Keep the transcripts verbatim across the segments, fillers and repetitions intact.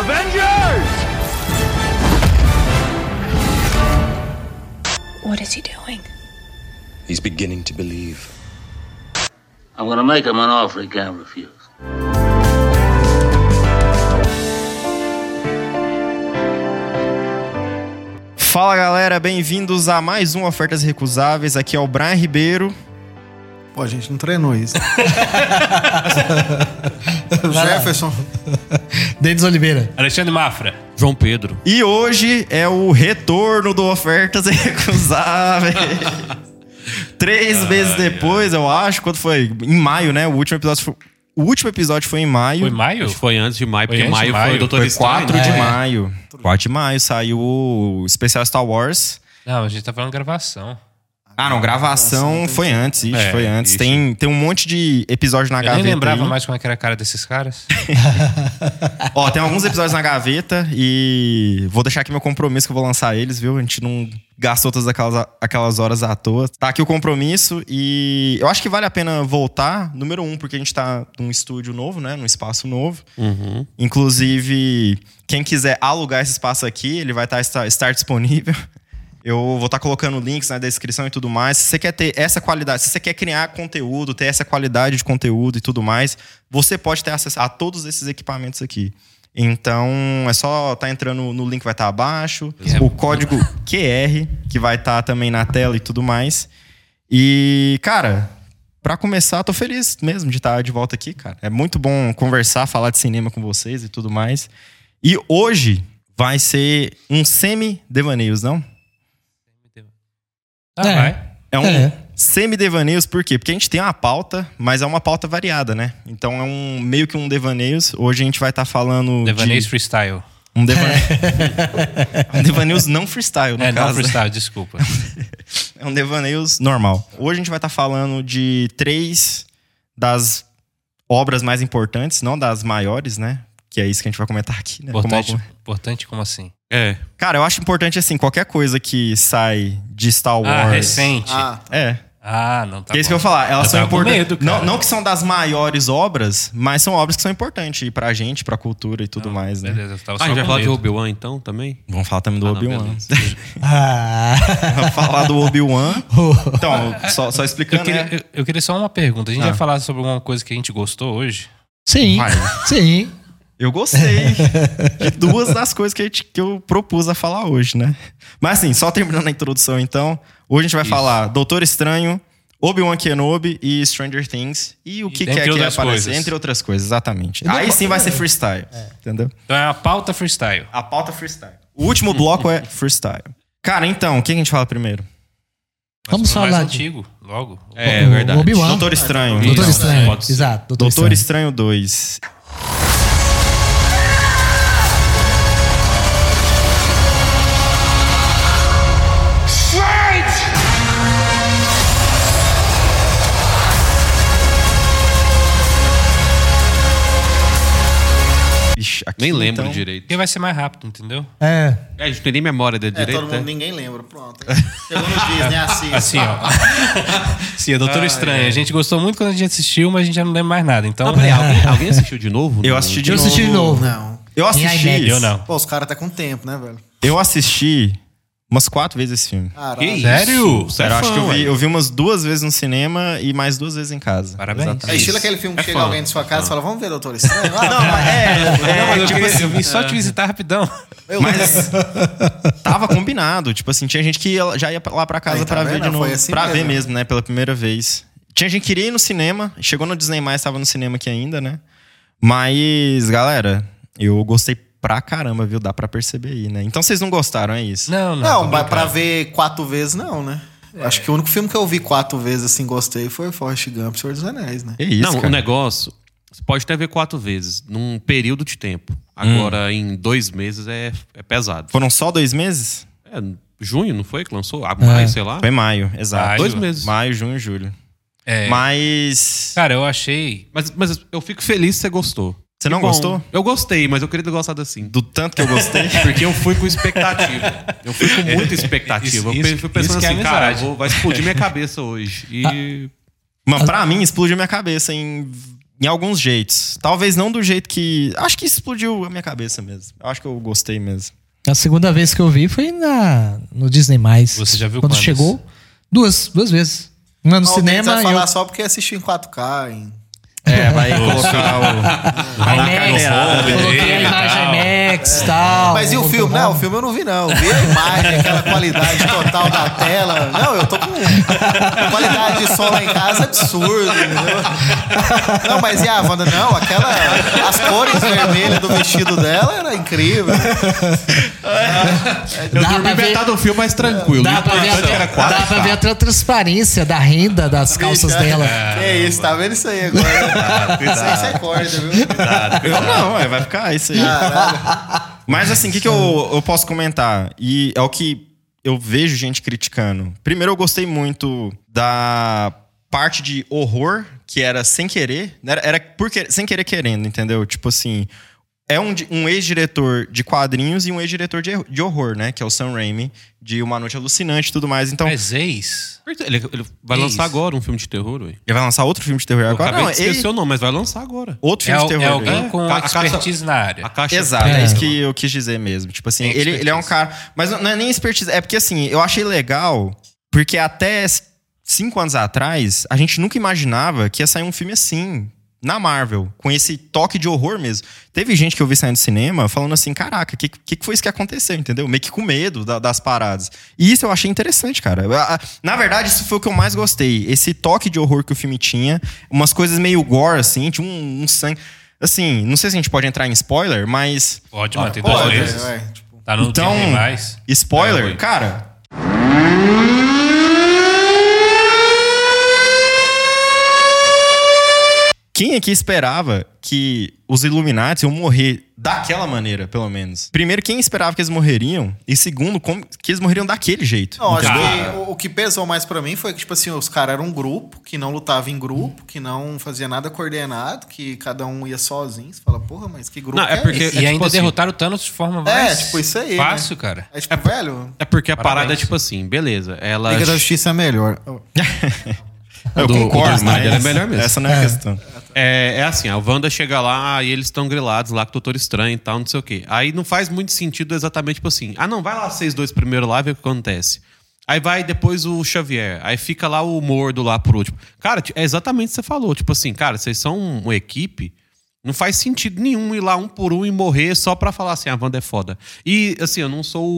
Avengers! What is he doing? He's beginning to believe. I'm gonna make him an offer he can't refuse. Fala galera, bem-vindos a mais um Ofertas Recusáveis. Aqui é o Brian Ribeiro. Pô, a gente não treinou isso. Jefferson. Denis Oliveira. Alexandre Mafra. João Pedro. E hoje é o retorno do Ofertas Recusáveis. Três ai, meses depois, ai. eu acho, quando foi? Em maio, né? O último episódio foi, o último episódio foi em maio. Foi maio? Acho que foi antes de maio, foi porque maio, maio foi o Doutor Estranho. quatro de maio. quatro de maio saiu o especial Star Wars. Não, a gente tá falando gravação. Ah, não, gravação foi antes, ixi, é, foi antes. ixi. Tem, tem um monte de episódios na eu gaveta. Eu nem lembrava aí. mais como é que era a cara desses caras. Ó, tem alguns episódios na gaveta e vou deixar aqui meu compromisso que eu vou lançar eles, viu? A gente não gastou todas aquelas, aquelas horas à toa. Tá aqui o compromisso e eu acho que vale a pena voltar, número um, porque a gente tá num estúdio novo, né? Num espaço novo. Uhum. Inclusive, quem quiser alugar esse espaço aqui, ele vai estar, estar disponível. Eu vou estar colocando links na descrição e tudo mais. Se você quer ter essa qualidade, se você quer criar conteúdo, ter essa qualidade de conteúdo e tudo mais, você pode ter acesso a todos esses equipamentos aqui. Então, é só estar entrando no link que vai estar abaixo. É. O código Q R, que vai estar também na tela e tudo mais. E, cara, pra começar, tô feliz mesmo de estar de volta aqui, cara. É muito bom conversar, falar de cinema com vocês e tudo mais. E hoje vai ser um semi-devaneios, não? Ah, é. vai. É um é. semi-devaneios, por quê? Porque a gente tem uma pauta, mas é uma pauta variada, né? Então é um meio que um devaneios. Hoje a gente vai estar tá falando Devaneios de... freestyle. Um devaneios... um devaneios não freestyle, no é, caso. não freestyle, desculpa. É um devaneios normal. Hoje a gente vai estar tá falando de três das obras mais importantes, não das maiores, né? Que é isso que a gente vai comentar aqui, né? Importante como, algum... importante como assim? É. Cara, eu acho importante, assim, qualquer coisa que sai de Star Wars... Ah, recente. Ah, é. Ah, não tá é isso bom. que eu vou falar. Elas eu são importantes. Não, não que são das maiores obras, mas são obras que são importantes pra gente, pra cultura e tudo não, mais, né? Beleza, eu tava ah, só a gente vai falar medo. de Obi-Wan então também? Vamos falar também do ah, Obi-Wan. Ah. Vamos falar do Obi-Wan. Então, só, só explicando. Eu queria, né? eu, eu queria só uma pergunta. A gente ah. vai falar sobre alguma coisa que a gente gostou hoje? Sim. Vai. Sim. Eu gostei de duas das coisas que, a gente, que eu propus a falar hoje, né? Mas assim, só terminando a introdução então, hoje a gente vai Isso. falar Doutor Estranho, Obi-Wan Kenobi e Stranger Things. E o que, e que é que aparece? Coisas. Entre outras coisas, exatamente. Aí sim vai ser freestyle, é. entendeu? Então é a pauta freestyle. A pauta freestyle. O último bloco é freestyle. Cara, então, o que a gente fala primeiro? Vamos falar mais de... antigo, logo. É, o, verdade. Obi-Wan. Doutor Estranho. Doutor Estranho, Pode ser. exato. Doutor, Doutor Estranho. Estranho dois. Ixi, aqui, nem lembro então... direito. Porque vai ser mais rápido, entendeu? É. é a gente não tem nem memória de é, direito. Todo mundo, é? ninguém lembra, pronto. Chegou no Disney, assiste. Assim, ó. Sim, é Doutor ah, Estranho. É. A gente gostou muito quando a gente assistiu, mas a gente já não lembra mais nada. Então... Não, peraí, alguém, alguém assistiu de novo? Eu assisti de eu novo. assisti de novo. Não. Eu assisti. Eu não. Pô, os caras tá com tempo, né, velho? Eu assisti umas quatro vezes esse filme. Caralho. Que Sério? Sério? Eu acho que eu vi, eu vi umas duas vezes no cinema e mais duas vezes em casa. Parabéns. É estilo aquele filme que é chega fã. alguém de sua casa e fala, vamos ver Doutor Estranho? Ah, não, mas é... é, não, mas eu, tipo queria, assim, eu vim só te visitar rapidão. Mas tava combinado. Tipo assim, tinha gente que ia, já ia lá pra casa Aí, tá pra ver vendo? de novo. Foi assim pra mesmo. ver mesmo, né? Pela primeira vez. Tinha gente que queria ir no cinema. Chegou no Disney+, tava no cinema aqui ainda, né? Mas, galera, eu gostei pra caramba, viu? Dá pra perceber aí, né? Então vocês não gostaram, é isso? Não, não. Não, mas pra ver quatro vezes, não, né? É. Acho que o único filme que eu vi quatro vezes, assim, gostei, foi Forrest Gump e Senhor dos Anéis, né? É isso, Não, cara. o negócio... Você pode até ver quatro vezes, num período de tempo. Agora, hum. em dois meses, é, é pesado. Foram só dois meses? É, junho, não foi que lançou? Ah, maio, É. sei lá. Foi maio, exato. Maio. Dois meses. Maio, junho e julho. É. Mas... Cara, eu achei... Mas, mas eu fico feliz que você gostou. Você não bom. gostou? Eu gostei, mas eu queria ter gostado assim. Do tanto que eu gostei? Porque eu fui com expectativa. Eu fui com muita expectativa. Isso, eu fui pensando isso assim, é cara, vou, vai explodir minha cabeça hoje. E... Mano, pra mim, explodiu minha cabeça em em alguns jeitos. Talvez não do jeito que... Acho que explodiu a minha cabeça mesmo. Acho que eu gostei mesmo. A segunda vez que eu vi foi na, no Disney+. Você já viu Quando quantas? chegou? Duas, duas vezes. Uma no Ó, o Mendes cinema vai e falar eu... só porque assistiu em quatro K, em... É, vai colocar o... IMAX, coloquei a imagem IMAX e tal. Mas e o muito filme? bom. Não, o filme eu não vi, não. Eu vi a imagem, aquela qualidade total da tela. Não, eu tô com qualidade de som lá em casa absurda, entendeu? Não, mas e a Wanda? Não, aquela... As cores vermelhas do vestido dela era incrível. Eu Dá dormi pra ver- metade do filme mais tranquilo. Dá pra, ver Importante era a, quatro dá pra K. ver a transparência da renda das calças Bicho, dela. Que isso, tá vendo isso aí agora? Isso aí você corta, viu? Eu não, é, vai ficar isso aí. Mas assim, o que, que eu, eu posso comentar? E é o que eu vejo gente criticando. Primeiro, eu gostei muito da parte de horror, que era sem querer. Era, era porque, sem querer querendo, entendeu? Tipo assim, é um, di- um ex-diretor de quadrinhos e um ex-diretor de, de horror, né? Que é o Sam Raimi, de Uma Noite Alucinante e tudo mais. Então, Mas ex? Ele, ele vai Que lançar isso? agora um filme de terror, ué. ele vai lançar outro filme de terror Eu agora? acabei Não, de esquecer ele- o nome, mas vai lançar agora. outro É, filme de é terror. alguém dele. com A- a caixa- expertise na área. A caixa Exato, é. É. isso que eu quis dizer mesmo. Tipo assim, Tem ele, ele é um cara. Mas não é nem expertise. É porque assim, eu achei legal, porque até cinco anos atrás, a gente nunca imaginava que ia sair um filme assim, na Marvel, com esse toque de horror mesmo. Teve gente que eu vi saindo do cinema falando assim: caraca, o que, que, que foi isso que aconteceu, entendeu? Meio que com medo da- das paradas. E isso eu achei interessante, cara. A- a- Na verdade, isso foi o que eu mais gostei. Esse toque de horror que o filme tinha, umas coisas meio gore, assim, tinha um, um sangue. Assim, não sei se a gente pode entrar em spoiler, mas. Pode, mano, tem Pode, dois meses. ué, tipo, Tá no Então, Disney mais. Spoiler, É, ué. cara. Quem aqui esperava que os Illuminati iam morrer daquela maneira, pelo menos? Primeiro, quem esperava que eles morreriam? E segundo, como que eles morreriam daquele jeito? Não, acho entendeu? que o, o que pesou mais pra mim foi que, tipo assim, os caras eram um grupo que não lutava em grupo, que não fazia nada coordenado, que cada um ia sozinho. Você fala, porra, mas que grupo Não, é que porque- é E, esse? É tipo ainda assim- derrotaram o Thanos de forma É, mais tipo isso aí, fácil, cara. É tipo, velho, É porque a Parabéns. parada é tipo assim, beleza. Ela. Liga da Justiça é melhor. Eu do- concordo, do Snyder mas é melhor mesmo. essa não é a questão. É, é assim, a Wanda chega lá e eles estão grilados lá com o Doutor Estranho e tal, não sei o quê. Aí não faz muito sentido exatamente tipo assim. Ah, não, vai lá vocês dois primeiro lá e vê o que acontece. Aí vai depois o Xavier. Aí fica lá o Mordo lá por último. Cara, é exatamente o que você falou. Tipo assim, cara, vocês são uma equipe. Não faz sentido nenhum ir lá um por um e morrer só pra falar assim, a Wanda é foda. E assim, eu não sou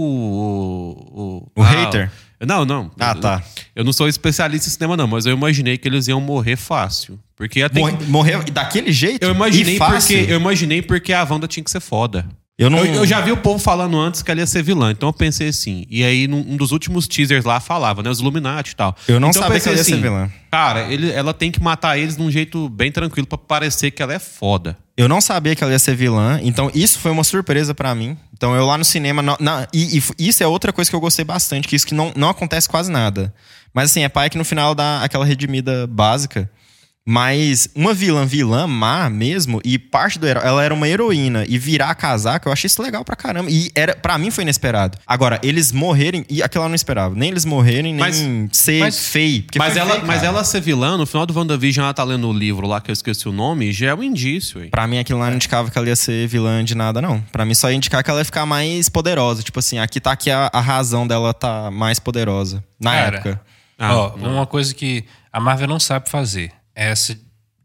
o... O hater? Não, não. Ah, tá. Eu não sou especialista em cinema não, mas eu imaginei que eles iam morrer fácil. Porque ia ter Morre- que- Morreu daquele jeito? eu imaginei E fácil? porque eu imaginei porque a Wanda tinha que ser foda. Eu não- eu, eu já vi o povo falando antes que ela ia ser vilã, então eu pensei assim. E aí, num um dos últimos teasers lá falava, né? Os Illuminati e tal. Eu não então, sabia pensei que ela ia ser vilã. Cara, ele, ela tem que matar eles de um jeito bem tranquilo pra parecer que ela é foda. Eu não sabia que ela ia ser vilã, então isso foi uma surpresa pra mim. Então eu lá no cinema. não- na- e, e isso é outra coisa que eu gostei bastante, que isso que não, não acontece quase nada. Mas assim, é pai que no final dá aquela redimida básica. Mas uma vilã, vilã má mesmo, e parte do herói, ela era uma heroína, e virar a casaca, eu achei isso legal pra caramba. E era, pra mim foi inesperado. Agora, eles morrerem, e aquilo eu não esperava. Nem eles morrerem, nem Mas- ser mas- feio. porque Mas foi ela, feio, mas cara. ela ser vilã, no final do WandaVision, ela tá lendo o livro lá, que eu esqueci o nome, já é um indício, hein? Pra mim, aquilo lá não indicava que ela ia ser vilã de nada, não. Pra mim, só ia indicar que ela ia ficar mais poderosa. Tipo assim, aqui tá aqui a, a razão dela tá mais poderosa. Na Cara, época. Ah, Ó, não. uma coisa que a Marvel não sabe fazer é essa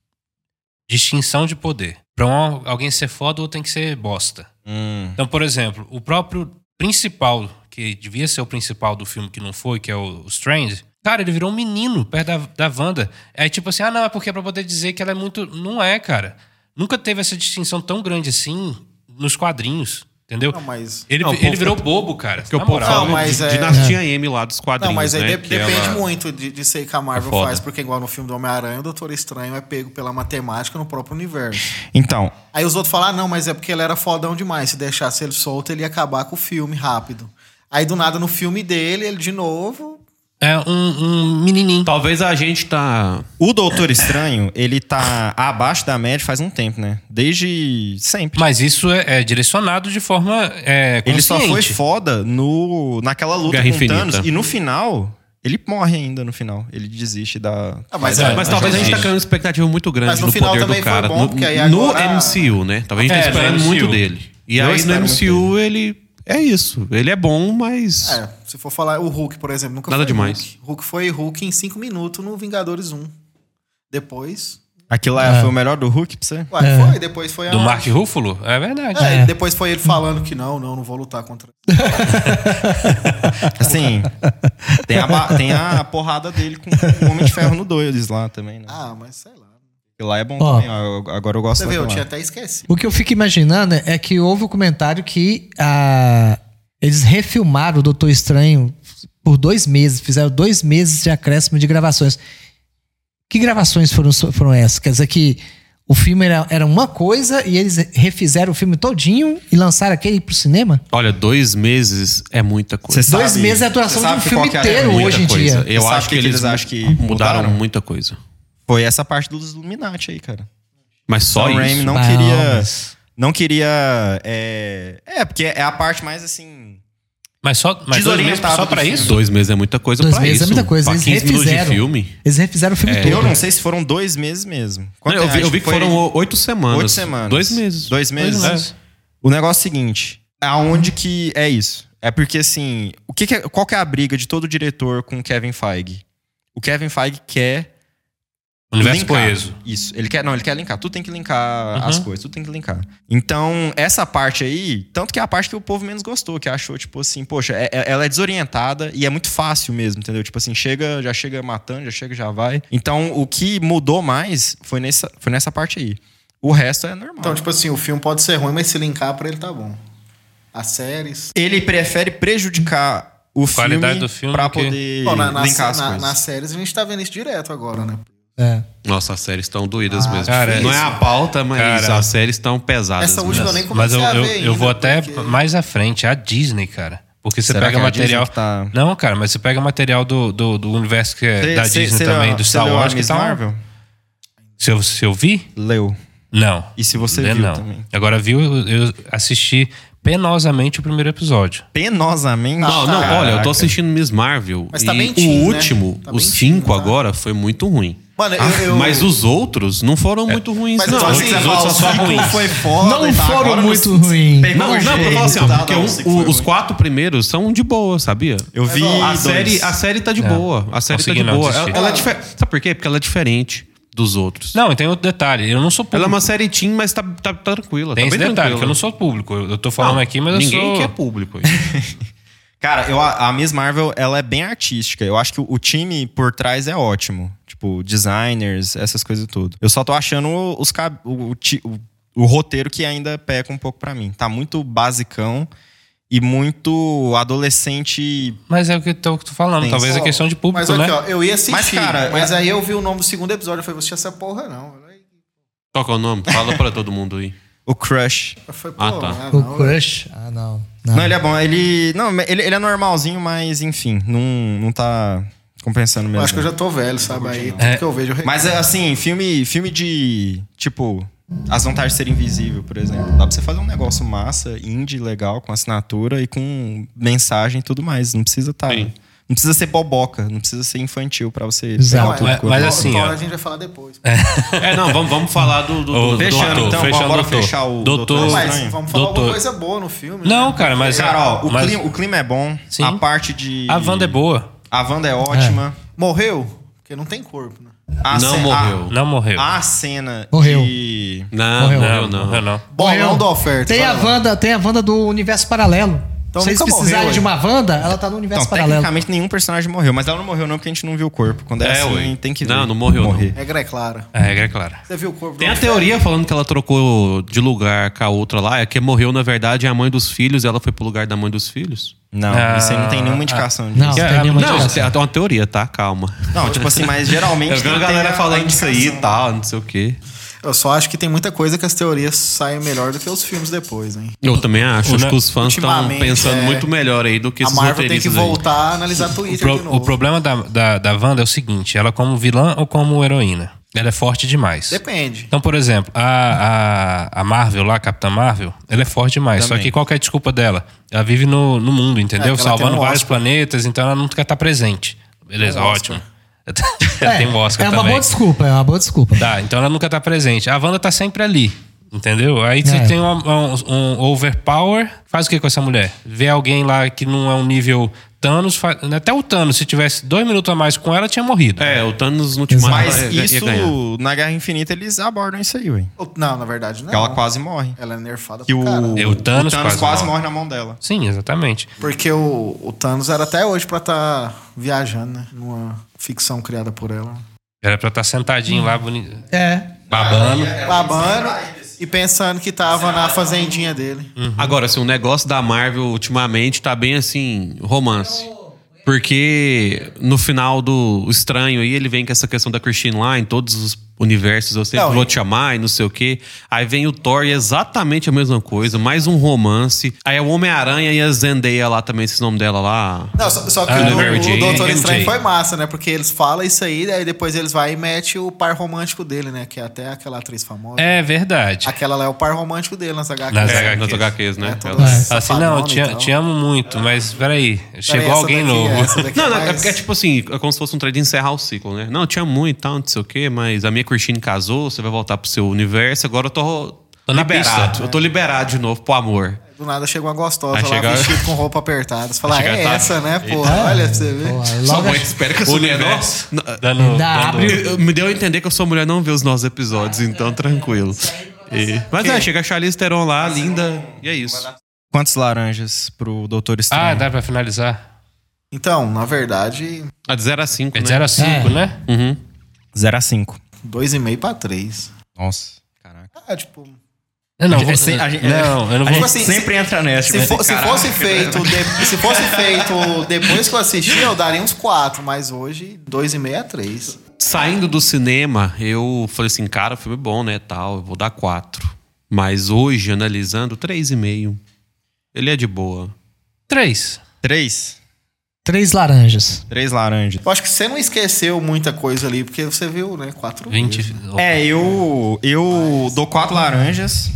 distinção de poder. Pra um- alguém ser foda, ou tem que ser bosta. Hum. Então, por exemplo, o próprio principal, que devia ser o principal do filme que não foi, que é o, o Strange, cara, ele virou um menino perto da, da Wanda. Aí tipo assim, ah não, é porque é pra poder dizer que ela é muito... Não é, cara. Nunca teve essa distinção tão grande assim nos quadrinhos. Entendeu? Não, mas... Ele, Não, o ele povo- virou bobo, cara. Porque o Na povo moral. fala Não, mas de, é- Dinastia M lá dos quadrinhos, Não, mas aí né? de- que depende ela- muito de, de ser que a Marvel É foda. faz, porque igual no filme do Homem-Aranha, o Doutor Estranho é pego pela matemática no próprio universo. Então, Aí os outros falam, ah, não, mas é porque ele era fodão demais. Se deixasse ele solto, ele ia acabar com o filme rápido. Aí do nada, no filme dele, ele de novo... É um, um menininho. Talvez a gente tá... o Doutor Estranho, ele tá abaixo da média faz um tempo, né? Desde sempre. Mas isso é, é direcionado de forma é, Ele só consciente. foi foda no, naquela luta Guerra com Infinita. Thanos. E no final, Ele morre ainda no final. Ele desiste da. Ah, mas, É, é, mas talvez a gente tá criando uma expectativa muito grande Mas no no final poder também do foi cara. bom, no porque aí no agora- M C U, né? Talvez a gente É, tá esperando no muito M C U. dele. E Eu aí no espero M C U ele... É isso. Ele é bom, mas... É, se for falar, o Hulk, por exemplo, nunca Nada foi demais. Hulk. Hulk foi Hulk em cinco minutos no Vingadores um. Depois... Aquilo lá foi o melhor do Hulk pra você? Ué, É. foi. Depois foi a... Do Mark Ruffalo? É verdade. É, É. depois foi ele falando que não, não, não vou lutar contra... Assim, tem a, ba- tem a porrada dele com o Homem de Ferro no dois lá também, né? Ah, mas sei lá. Aquilo lá é bom Ó. também. ó. Eu- agora eu gosto Você vê, eu daquilo tinha lá. até esquecido. O que eu fico imaginando é que houve o comentário que ah, eles refilmaram o Doutor Estranho por dois meses, fizeram dois meses de acréscimo de gravações. Que gravações foram, foram essas? Quer dizer que o filme era, era uma coisa e eles refizeram o filme todinho e lançaram aquele pro cinema? Olha, dois meses é muita coisa. Você Dois sabe- meses é a duração você de um sabe filme qual que é a- inteiro muita hoje em coisa. dia. Eu Você sabe acho que que eles, eles acham que mudaram, mudaram? muita coisa. Foi essa parte dos Illuminati aí, cara. Mas só Sam isso. Raimi não Não, queria... mas- Não queria... É... é, porque é a parte mais assim... Mas só, mas dois meses Desorientado só do pra filme. isso? Dois meses é muita coisa Dois pra meses isso. é muita coisa. Pra Eles quinze minutos de refizeram. filme. Eles refizeram o filme É, todo. Eu não sei se foram dois meses mesmo. Quanto Não, eu, vi, tempo? eu vi que Foi foram oito semanas. Oito semanas. Dois meses. Dois meses. Dois meses. O negócio é o seguinte. Aonde que é isso? É porque assim... O que que é- qual que é a briga de todo diretor com o Kevin Feige? O Kevin Feige quer... Universo linkar. coeso. Isso. Ele quer, não, ele quer linkar. Tudo tem que linkar Uhum. as coisas. Tudo tem que linkar. Então, essa parte aí... Tanto que é a parte que o povo menos gostou. Que achou, tipo assim... Poxa, é- é- ela é desorientada e é muito fácil mesmo, entendeu? Tipo assim, chega, já chega matando, já chega, já vai. Então, o que mudou mais foi nessa, foi nessa parte aí. O resto é normal. Então, tipo assim, o filme pode ser ruim, mas se linkar pra ele tá bom. As séries... Ele prefere prejudicar o Qualidade filme, do filme pra do que- poder Bom, na, na, linkar as na- coisas. nas séries a gente tá vendo isso direto agora, né? É. Nossa, as séries estão doídas mesmo. cara, não é a pauta, mas cara, as séries estão pesadas. Essa última eu nem mesmo. Mas comecei eu, a eu, ver eu ainda, vou até porque- mais à frente, a Disney, cara. Porque você Será pega que é a Disney material. que tá- Não, cara, mas você pega material do, do, do universo que é Cê- da cê- Disney cê também, leu- do cê Star leu a Wars, que Miss tá. Marvel? Se eu, se eu vi? Leu. Não. E se você Lê, viu não. também? Agora viu, eu, eu assisti penosamente o primeiro episódio. Penosamente. Não, não, Caraca. olha, eu tô assistindo Miss Marvel. Mas e tá bem o teen, né? último, Tá os bem cinco teen, tá? agora, foi muito ruim. Mano, eu... Ah, eu- Mas os outros não foram muito ruins, Mas não. eu tô Os assim, outros ó, são só Cinco ruins. foi foda. Não e tá, foram agora muito você- ruins. Pegou Não, o não, eu falo assim, ó, jeito, porque tá, um- não, cinco o- foi os ruim. quatro primeiros são de boa, sabia? Eu vi Mas, ó, A dois. série, a série tá de É. boa. A série tá Consegui de não boa. assistir. Ela, ela é difer... Sabe por quê? Porque ela é diferente dos outros. Não, e tem outro detalhe. Eu não sou público. Ela é uma série teen, mas tá, tá, tá tranquila. Tem tá esse bem detalhe, tranquila. que eu não sou público. Eu eu tô falando Não, aqui, mas eu ninguém sou. que é público. aí. Cara, eu, a a Miss Marvel, ela é bem artística. Eu acho que o, o time por trás é ótimo. Tipo, designers, essas coisas tudo. Eu só tô achando os, cab- o, o, ti- o, o roteiro que ainda peca um pouco pra mim. Tá muito basicão e muito adolescente. Mas é o que eu tô, tô falando. Tem Talvez isso. é questão de público, Mas aqui, né? ó, eu ia assistir, Mas, cara, mas é- aí eu vi o nome do segundo episódio e falei, vou assistir essa porra, não. Aí Qual que é o nome? Fala pra todo mundo aí. O Crush. eu falei, pô, Ah, tá. ah, O não, Crush? Ah, não. Não. Não, ele é bom. Ele. Não, ele, ele é normalzinho, mas enfim, não, não tá compensando mesmo. eu acho que eu já tô velho, sabe? Aí tudo É. que eu vejo eu reclamo. Mas assim, filme, filme de. Tipo, As Vantagens de Ser Invisível, por exemplo. Dá pra você fazer um negócio massa, indie, legal, com assinatura e com mensagem e tudo mais. Não precisa tá. Sim. Não precisa ser boboca, não precisa ser infantil pra você. Exato. pegar tudo Mas- com- mas Thor- assim, Thor ó. a gente vai falar depois. É, não, vamos, vamos falar do, do, Ô, do Fechando, doutor, então, fechando bora doutor. fechar o Doutor. Doutor Mas Estranho. vamos falar Doutor. alguma coisa boa no filme. Não, né? cara, mas. Cara, ó, o, mas clima, o clima é bom. Sim. A parte de. A Wanda é boa. A Wanda é ótima. Morreu? Porque não tem corpo, né? A Não ce- morreu. Não morreu. A, a cena Morreu. de. Não, Morreu. morreu, não, não. morreu não. Bolão da oferta. Tem a vai lá. Wanda, tem a Wanda do universo paralelo. Então Se vocês nunca precisarem morreu, de hein? uma Wanda, ela tá no universo Então, paralelo. tecnicamente nenhum personagem morreu, mas ela não morreu não porque a gente não viu o corpo. Quando é, É, assim, ué. tem que ver. Não, não morreu, não. Morrer. Regra é clara. A regra é clara. Você viu o corpo Tem do a oferta? teoria falando que ela trocou de lugar com a outra lá, é que morreu, na verdade, a mãe dos filhos e ela foi pro lugar da mãe dos filhos. Não, Ah, isso aí não tem nenhuma indicação disso. Não, Que tem é- nenhuma Não, indicação. é uma teoria, tá? Calma. Não, tipo assim, mas geralmente. Eu vi tem uma que ter galera a- falando a disso aí e indicação. tal, não sei o quê. Eu só acho que tem muita coisa que as teorias saem melhor do que os filmes depois, hein? Eu também acho. O Acho ne- que os fãs estão ultimamente, pensando é, muito melhor aí do que A esses Marvel tem que roteiristas aí. voltar a analisar O, Twitter pro- de novo. o problema da, da, da Wanda é o seguinte: ela, como vilã ou como heroína? Ela é forte demais. Depende. Então, por exemplo, a, a, a Marvel lá, a Capitã Marvel, ela é forte demais. Também. Só que qual que é a desculpa dela? Ela vive no, no mundo, entendeu? É, que ela Salvando tem um vários Oscar. planetas, então ela não quer estar presente. Beleza, Um ótimo. É, Tem um Oscar é uma também. boa desculpa, é uma boa desculpa. Tá, então ela nunca tá presente. A Wanda tá sempre ali. Entendeu? Aí você É. tem um, um, um overpower. Faz o que com essa mulher? Vê alguém lá que não é um nível Thanos. Faz, até o Thanos, se tivesse dois minutos a mais com ela, tinha morrido. É, o Thanos no Ultimato Mas ia, ia isso, ganhar. na Guerra Infinita, eles abordam isso aí, ué. Não, na verdade não. Que ela quase morre. Ela é nerfada Que pra o, caramba. É, o Thanos quase, quase morre na mão dela. Sim, exatamente. Porque o, o Thanos era até hoje pra estar viajando, né? Numa ficção criada por ela. Era pra estar sentadinho lá, bonito, É. babando. Babando e pensando que tava na fazendinha dele. Agora, assim, o negócio da Marvel ultimamente tá bem assim, romance. Porque no final do Estranho aí, ele vem com essa questão da Christine lá, em todos os universos, eu sempre Não, vou e- te amar e não sei o quê. Aí vem o Thor e é exatamente a mesma coisa, mais um romance. Aí é o Homem-Aranha e a Zendaya lá também, esse nome dela lá. Não, só, só que Ah, o, do- Mary o Jane, Doutor M J. Estranho foi massa, né? Porque eles falam isso aí, aí depois eles vão e metem o par romântico dele, né? Que é até aquela atriz famosa. É verdade. Aquela lá é o par romântico dele nas H Qs. Nas É, H Qs. nas H Qs, né? É, toda Ela- essa Fala assim, não, safadona te, e tal. te amo muito, mas peraí, Peraí, chegou essa alguém daqui, novo. essa daqui Não, é não, é mais- porque é tipo assim, é como se fosse um trade de encerrar o ciclo, né? Não, eu te amo muito e tal, não sei o quê, mas a minha Christine casou, você vai voltar pro seu universo, agora eu tô, Tô na liberado. pista. Eu tô liberado de novo pro amor. Do nada chega uma gostosa Aí lá, chega- vestido com roupa apertada. Você fala, Aí chega, é tá. essa, né, porra? Olha pra você ver. Pô, aí Sua logo mãe espera que eu O sou mulher. universo Não, dando, Dá, dando- abre eu- eu- me deu a entender que eu sou mulher não vê os nossos episódios, então tranquilo. E- mas é, chega a Charlize Theron lá, linda, e é isso. Quantas laranjas pro Doutor Estranho? Ah, dá pra finalizar? Então, na verdade, A de zero a cinco, É né? de zero a cinco, É. né? Uhum. zero a cinco. dois e meio pra três. Nossa, caraca. Ah, tipo... Eu não, A vou, gente- a gente- não, eu não A vou. gente assim, sempre entra nessa. Se, tipo, fo- se caraca. fosse feito de- se fosse feito depois que eu assisti, eu daria uns quatro, mas hoje dois e meio a três. Saindo do cinema, eu falei assim, cara, o filme é bom, né, tal, eu vou dar quatro. Mas hoje, analisando, três e meio. Ele é de boa. Três. Três? três laranjas. Três laranjas. Eu acho que você não esqueceu muita coisa ali, porque você viu, né? Quatro vinte. vezes. É, eu, eu dou quatro laranjas.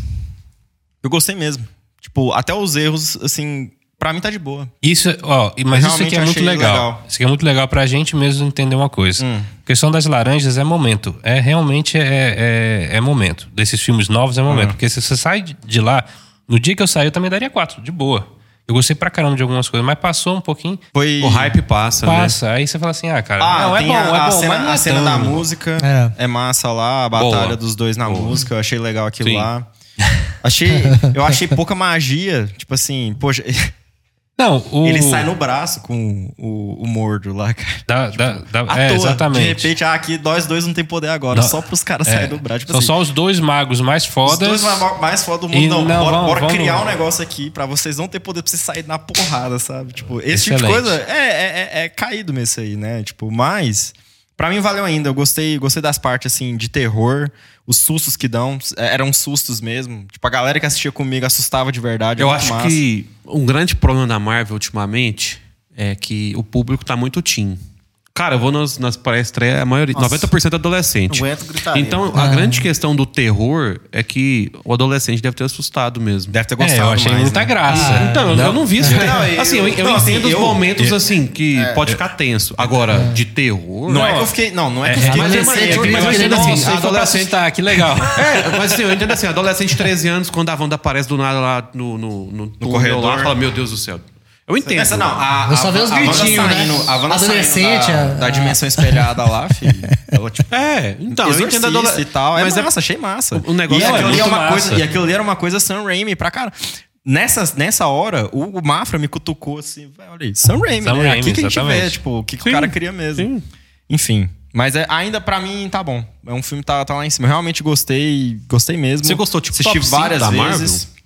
Eu gostei mesmo. Tipo, até os erros, assim, pra mim tá de boa. Isso, ó, mas Eu isso aqui é realmente muito achei legal. legal. Isso aqui é muito legal pra gente mesmo entender uma coisa. Hum. A questão das laranjas é momento. É realmente é, é, é momento. Desses filmes novos é momento. Hum. Porque se você sai de lá, no dia que eu saí, eu também daria quatro, de boa. Eu gostei pra caramba de algumas coisas, mas passou um pouquinho, Foi. O hype passa, né? passa. Aí você fala assim, ah, cara, Ah, não, é tem bom, a, é bom, a mas cena, não é a cena da tanto. música. É. É. massa lá, a batalha Boa. dos dois na Boa. música. Eu achei legal aquilo Sim. lá. Achei, eu achei pouca magia. Tipo assim, poxa, Não, o... ele sai no braço com o, o mordo lá, cara. Dá, dá, dá, À é, toa. exatamente. De repente, ah, aqui nós dois não tem poder agora. Não. Só pros caras É. saírem do braço. Tipo São assim, só os dois magos mais os fodas. dois ma- mais foda do E mundo. Não, não, bora, vamos- bora vamos- criar um negócio aqui pra vocês não ter poder pra vocês saírem na porrada, sabe? Tipo, esse tipo de Excelente. coisa é, é, é- é caído mesmo isso aí, né? Tipo, mas pra mim valeu ainda. Eu gostei, gostei das partes, assim, de terror. Os sustos que dão, é, eram sustos mesmo. Tipo, a galera que assistia comigo assustava de verdade. Eu muito acho massa. que um grande problema da Marvel ultimamente é que o público tá muito teen. Cara, eu vou nas, nas pré-estreia, a maioria, Nossa. noventa por cento é adolescente. Não aguento gritaria. Então, a grande questão do terror é que o adolescente deve ter assustado mesmo. Deve ter É, gostado eu achei mais, muita né? graça. Então, eu não vi isso. Não, eu- assim, eu, eu não, assim, entendo os eu- momentos assim que pode ficar tenso. Agora, de terror. Não é que eu fiquei. Não, não é que eu É, fiquei. mas com é- mas é- medo, mas mas eu eu entendo achei assim, Nossa, a se for pra adolescente- assustar, que legal. É, mas assim, eu entendo assim, adolescente de treze anos, quando a Wanda aparece do nada lá no, no, no, túnel corredor. lá, fala, meu Deus do céu. Eu entendo. Essa não, a, Eu só a- vi os a Wanda gritinhos, né? saindo- A Wanda Adolescente, saindo da, a- da dimensão espelhada lá, filho. Ela, tipo, É, então, eu entendo a exorcista adolescente e tal. É mas massa, achei massa. o negócio e é aquilo ali é muito uma massa. coisa, e aquilo ali era uma coisa Sam Raimi pra cara. Nessa, nessa hora, o Mafra me cutucou assim, "Vai, olha aí, Sam Raimi, Sam né? Raimi, Aqui que a gente vê, exatamente. tipo, o que, que Sim, o cara queria mesmo. sim. Enfim. Mas é, ainda pra mim tá bom. É um filme que tá, tá lá em cima. Eu realmente gostei, gostei mesmo. Você gostou, tipo, Assisti top cinco várias da vezes. Marvel?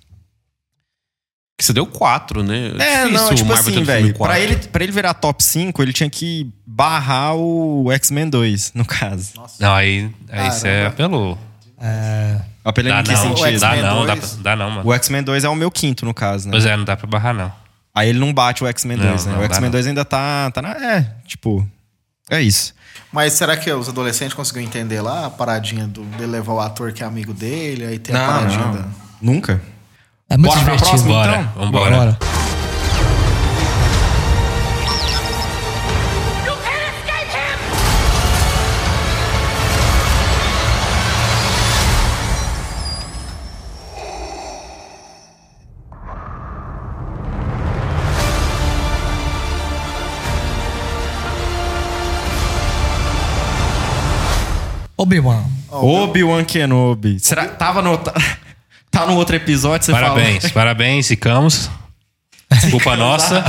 Que você deu quatro, né? É, difícil não, tipo o Marvel ter assim, um filme velho. quatro. Pra ele, pra ele virar top cinco, ele tinha que barrar o X-Men dois, no caso. Não, aí, aí você Caramba. apelou. Apelando Dá em que não, sentido? dá X-Men não, dá, dois. dá não, mano. O X-Men dois é o meu quinto, no caso, né? Pois é, não dá pra barrar, não. Aí ele não bate o X-Men Não, dois, né? não O dá, X-Men não. dois ainda tá, tá na... É, tipo... É isso. Mas será que os adolescentes conseguiram entender lá a paradinha do, dele levar o ator que é amigo dele? Aí tem a Não, paradinha não. da... Nunca. É muito Bora pra divertido. próxima, Bora, então? vambora. Bora. Obi-Wan. Obi-Wan Kenobi. Será que tava no... Tá no outro episódio, você Parabéns, fala... parabéns, ficamos. Culpa nossa.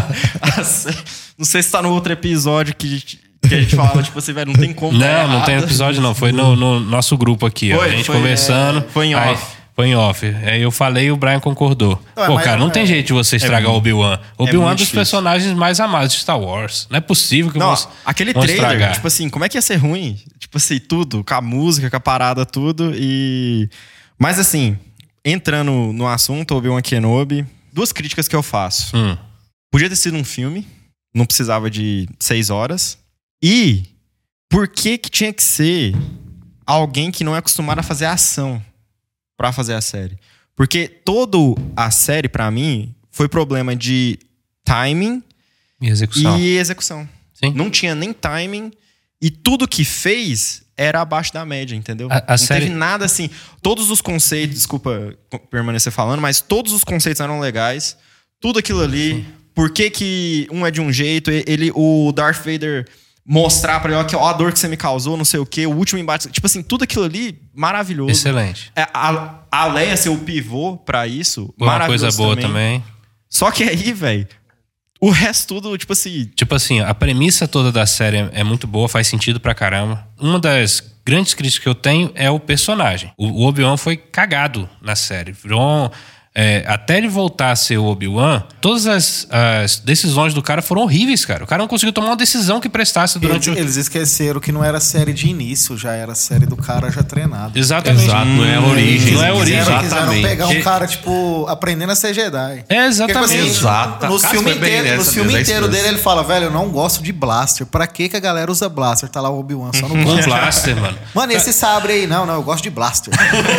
Não sei se tá no outro episódio que, que a gente falava, tipo assim, velho, não tem como. Não, não tem episódio não. Foi no, no nosso grupo aqui, ó. Foi, A gente foi, conversando. é, foi em aí- off. Foi em off. Aí eu falei e o Brian concordou. Não, Pô, mas- cara, não tem é- jeito de você estragar o Obi-Wan. Obi-Wan é um muito dos difícil. personagens mais amados de Star Wars. Não é possível que Não, vão, aquele vão trailer, estragar. tipo assim, como é que ia ser ruim? Tipo assim, tudo, com a música, com a parada, tudo. E. Mas assim, entrando no assunto, Obi-Wan Kenobi, duas críticas que eu faço. Hum. Podia ter sido um filme, não precisava de seis horas. E por que que tinha que ser alguém que não é acostumado a fazer ação pra fazer a série? Porque toda a série, pra mim, foi problema de timing E execução. e execução. Sim. Não tinha nem timing e tudo que fez era abaixo da média, entendeu? A- a não série- teve nada assim. Todos os conceitos, desculpa permanecer falando, mas todos os conceitos eram legais. Tudo aquilo ali. Por que que um é de um jeito? Ele, o Darth Vader mostrar pra ele, ó, que- ó, a dor que você me causou, não sei o quê, o último embate. Tipo assim, tudo aquilo ali, maravilhoso. Excelente. É, A, a Leia ser o pivô pra isso, Foi uma maravilhoso coisa boa também. também. Só que aí, velho, o resto tudo, tipo assim... Tipo assim, a premissa toda da série é- é muito boa, faz sentido pra caramba. Uma das grandes críticas que eu tenho é o personagem. O o Obi-Wan foi cagado na série. Virou um- é, até ele voltar a ser o Obi-Wan, todas as, as decisões do cara foram horríveis, cara. O cara não conseguiu tomar uma decisão que prestasse durante Eles, o... eles esqueceram que não era série de início, já era série do cara já treinado. Exatamente. Exato, não é a origem. Não é a origem. Quiseram, quiseram Exatamente. pegar um E- cara, tipo, aprendendo a ser Jedi. É, exatamente. Porque, tipo assim, Exata. Nos Cara, filmes foi bem inteiros, nessa nos filmes mesmo, é inteiros isso dele, mesmo. ele fala, velho, eu não gosto de blaster. Pra que que a galera usa blaster? Tá lá o Obi-Wan só no Com blaster. blaster, mano. Mano, esse sabre aí, não, não, eu gosto de blaster.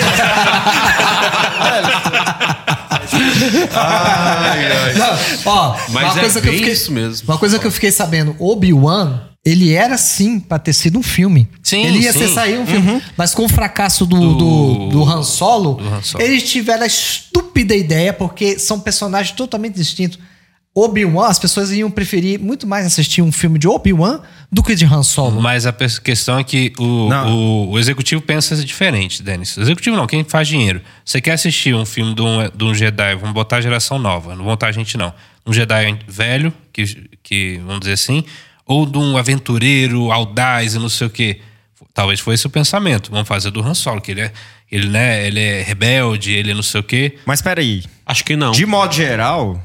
Não, ó, Mas uma é coisa que eu bem fiquei, isso mesmo. Uma coisa que eu fiquei sabendo, Obi-Wan, ele era sim pra ter sido um filme. Sim, ele ia sim. ser sair um filme. Mas com o fracasso do, do, do Han Solo, do Han Solo. eles tiveram a estúpida ideia, porque são personagens totalmente distintos. Obi-Wan, as pessoas iam preferir muito mais assistir um filme de Obi-Wan do que de Han Solo. Mas a pe- questão é que o, Não. o, o executivo pensa diferente, Denis. O executivo não, quem faz dinheiro. Você quer assistir um filme de um, de um Jedi, vamos botar a geração nova, não vamos botar a gente não. Um Jedi velho, que, que vamos dizer assim, ou de um aventureiro audaz e não sei o quê. Talvez foi esse o pensamento. Vamos fazer do Han Solo, que ele é, ele, né, ele é rebelde, ele é não sei o quê. Mas peraí, Acho que não. de modo geral,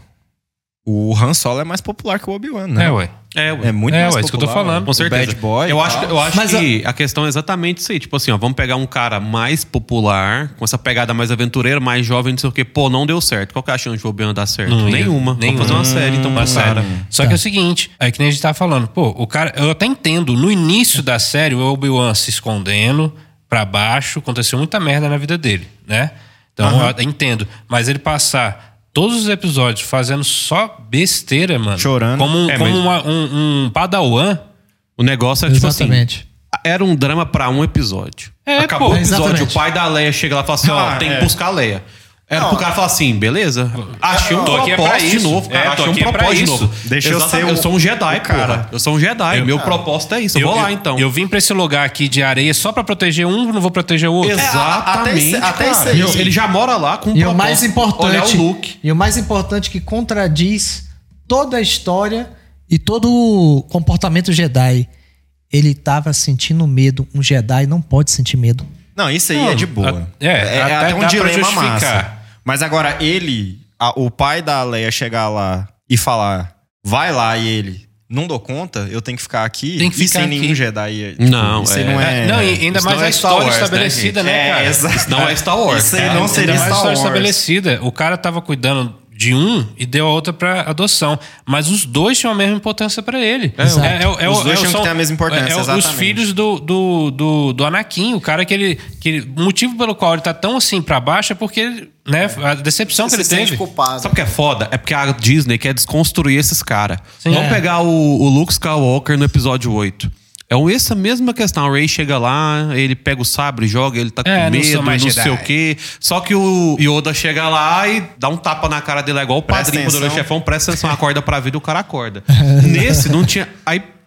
o Han Solo é mais popular que o Obi-Wan, né? É, ué. É, ué. É muito É, mais ué, isso que eu tô popular, falando. o Com certeza. Bad Boy. Eu e acho, tal. eu acho Mas que a questão é exatamente isso aí. Tipo assim, ó, vamos pegar um cara mais popular, com essa pegada mais aventureira, mais jovem, não sei o quê. Pô, não deu certo. Qual que é a chance de o Obi-Wan dar certo? Não ia. Nenhuma. Nenhuma. Vamos fazer uma série, então, Uma pro cara. série. Só que é o seguinte, é que nem a gente tava falando, pô, o cara, eu até entendo, no início da série, o Obi-Wan se escondendo pra baixo, aconteceu muita merda na vida dele, né? Então, eu até entendo. Mas ele passar todos os episódios fazendo só besteira, mano. Chorando. Como, um, É, como mas- uma- um, um padawan. O negócio é tipo assim. Exatamente. Era um drama pra um episódio. É, Acabou pô, o episódio, exatamente. o pai da Leia chega lá e fala assim: ó, Ah, tem é. que buscar a Leia. Era Não. pro cara falar assim, beleza? Achei um Tô aqui é pra propósito de isso. novo, cara. É, tô Achei um aqui é pra propósito de isso. novo. Deixa eu Exatamente. ser o- Eu sou um Jedi, o cara. cara. Eu sou um Jedi. Meu propósito é isso. Eu, vou lá, então. Eu vim pra esse lugar aqui de areia só pra proteger um, não vou proteger o outro. Exatamente, até cara. isso aí. Ele- Ele já mora lá com um E o propósito. mais importante, Olhar o look. e o mais importante que contradiz toda a história e todo o comportamento Jedi. Ele tava sentindo medo. Um Jedi não pode sentir medo. Não, isso aí Não, é de boa. a- é, até até dá um pra dilema justificar. massa. Mas agora, ele, a- o pai da Leia chegar lá e falar, vai lá e ele, não dou conta, eu tenho que ficar aqui. Tem que e ficar sem nenhum aqui. Jedi. Tipo, Não, isso aí é- não é... Não, e ainda Isso mais não a é Star história Wars, né, estabelecida, né, É, cara? exato. Isso não é Star Wars. Isso aí cara. não Ainda seria mais a Star história Wars. estabelecida. O cara tava cuidando de um e deu a outra pra adoção. Mas os dois tinham a mesma importância pra ele. É, Exato. é, é, Os é, dois é, tinham são- que ter a mesma importância, é, é, Os exatamente. filhos do, do, do, do Anakin, o cara que ele, que ele... O motivo pelo qual ele tá tão assim pra baixo é porque, né, a decepção Você que se ele sente teve. culpado. Sabe o que é foda? É porque a Disney quer desconstruir esses caras. Sim. Vamos É. pegar o, o Luke Skywalker no episódio oito. É essa mesma questão. O Rey chega lá, ele pega o sabre, joga, ele tá com É, não medo, sou não, mais sei Jedi. o quê. Só que o Yoda chega lá e dá um tapa na cara dele, é igual o Presta padrinho, atenção. poderoso chefão, presta atenção, acorda pra vida e o cara acorda. Nesse, não tinha... Aí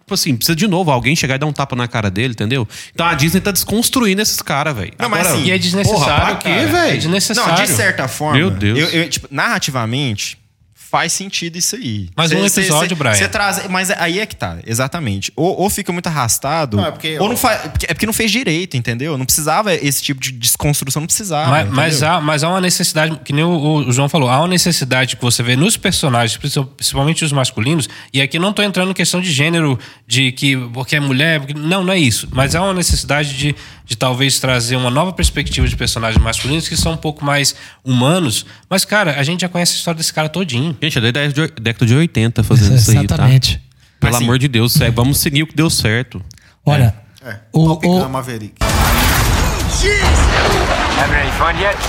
Tipo assim, precisa de novo alguém chegar e dar um tapa na cara dele, entendeu? Então a Disney tá desconstruindo esses caras, velho. Não, mas Agora, assim, E é desnecessário, porra, pra quê, cara. velho? É desnecessário. Não, de certa forma. Meu Deus. Eu, eu, tipo, narrativamente, faz sentido isso aí. Mas Cê- um cê- episódio, cê- Brian. cê traz, mas aí é que tá, exatamente. Ou, ou fica muito arrastado, Não, é porque- ou não faz. É porque não fez direito, entendeu? Não precisava esse tipo de desconstrução, não precisava. Mas, mas, entendeu? há, mas há uma necessidade, que nem o, o João falou, há uma necessidade que você vê nos personagens, principalmente os masculinos, e aqui não tô entrando em questão de gênero, de que porque é mulher, porque, não, não é isso. Mas há uma necessidade de, de talvez trazer uma nova perspectiva de personagens masculinos que são um pouco mais humanos. Mas, cara, a gente já conhece a história desse cara todinho. Gente, é da década de oitenta fazendo isso aí, tá? Exatamente. Pelo Mas, amor de Deus, segue. Vamos seguir o que deu certo. Olha, É. o, Top Gun o, Maverick. Having any fun yet?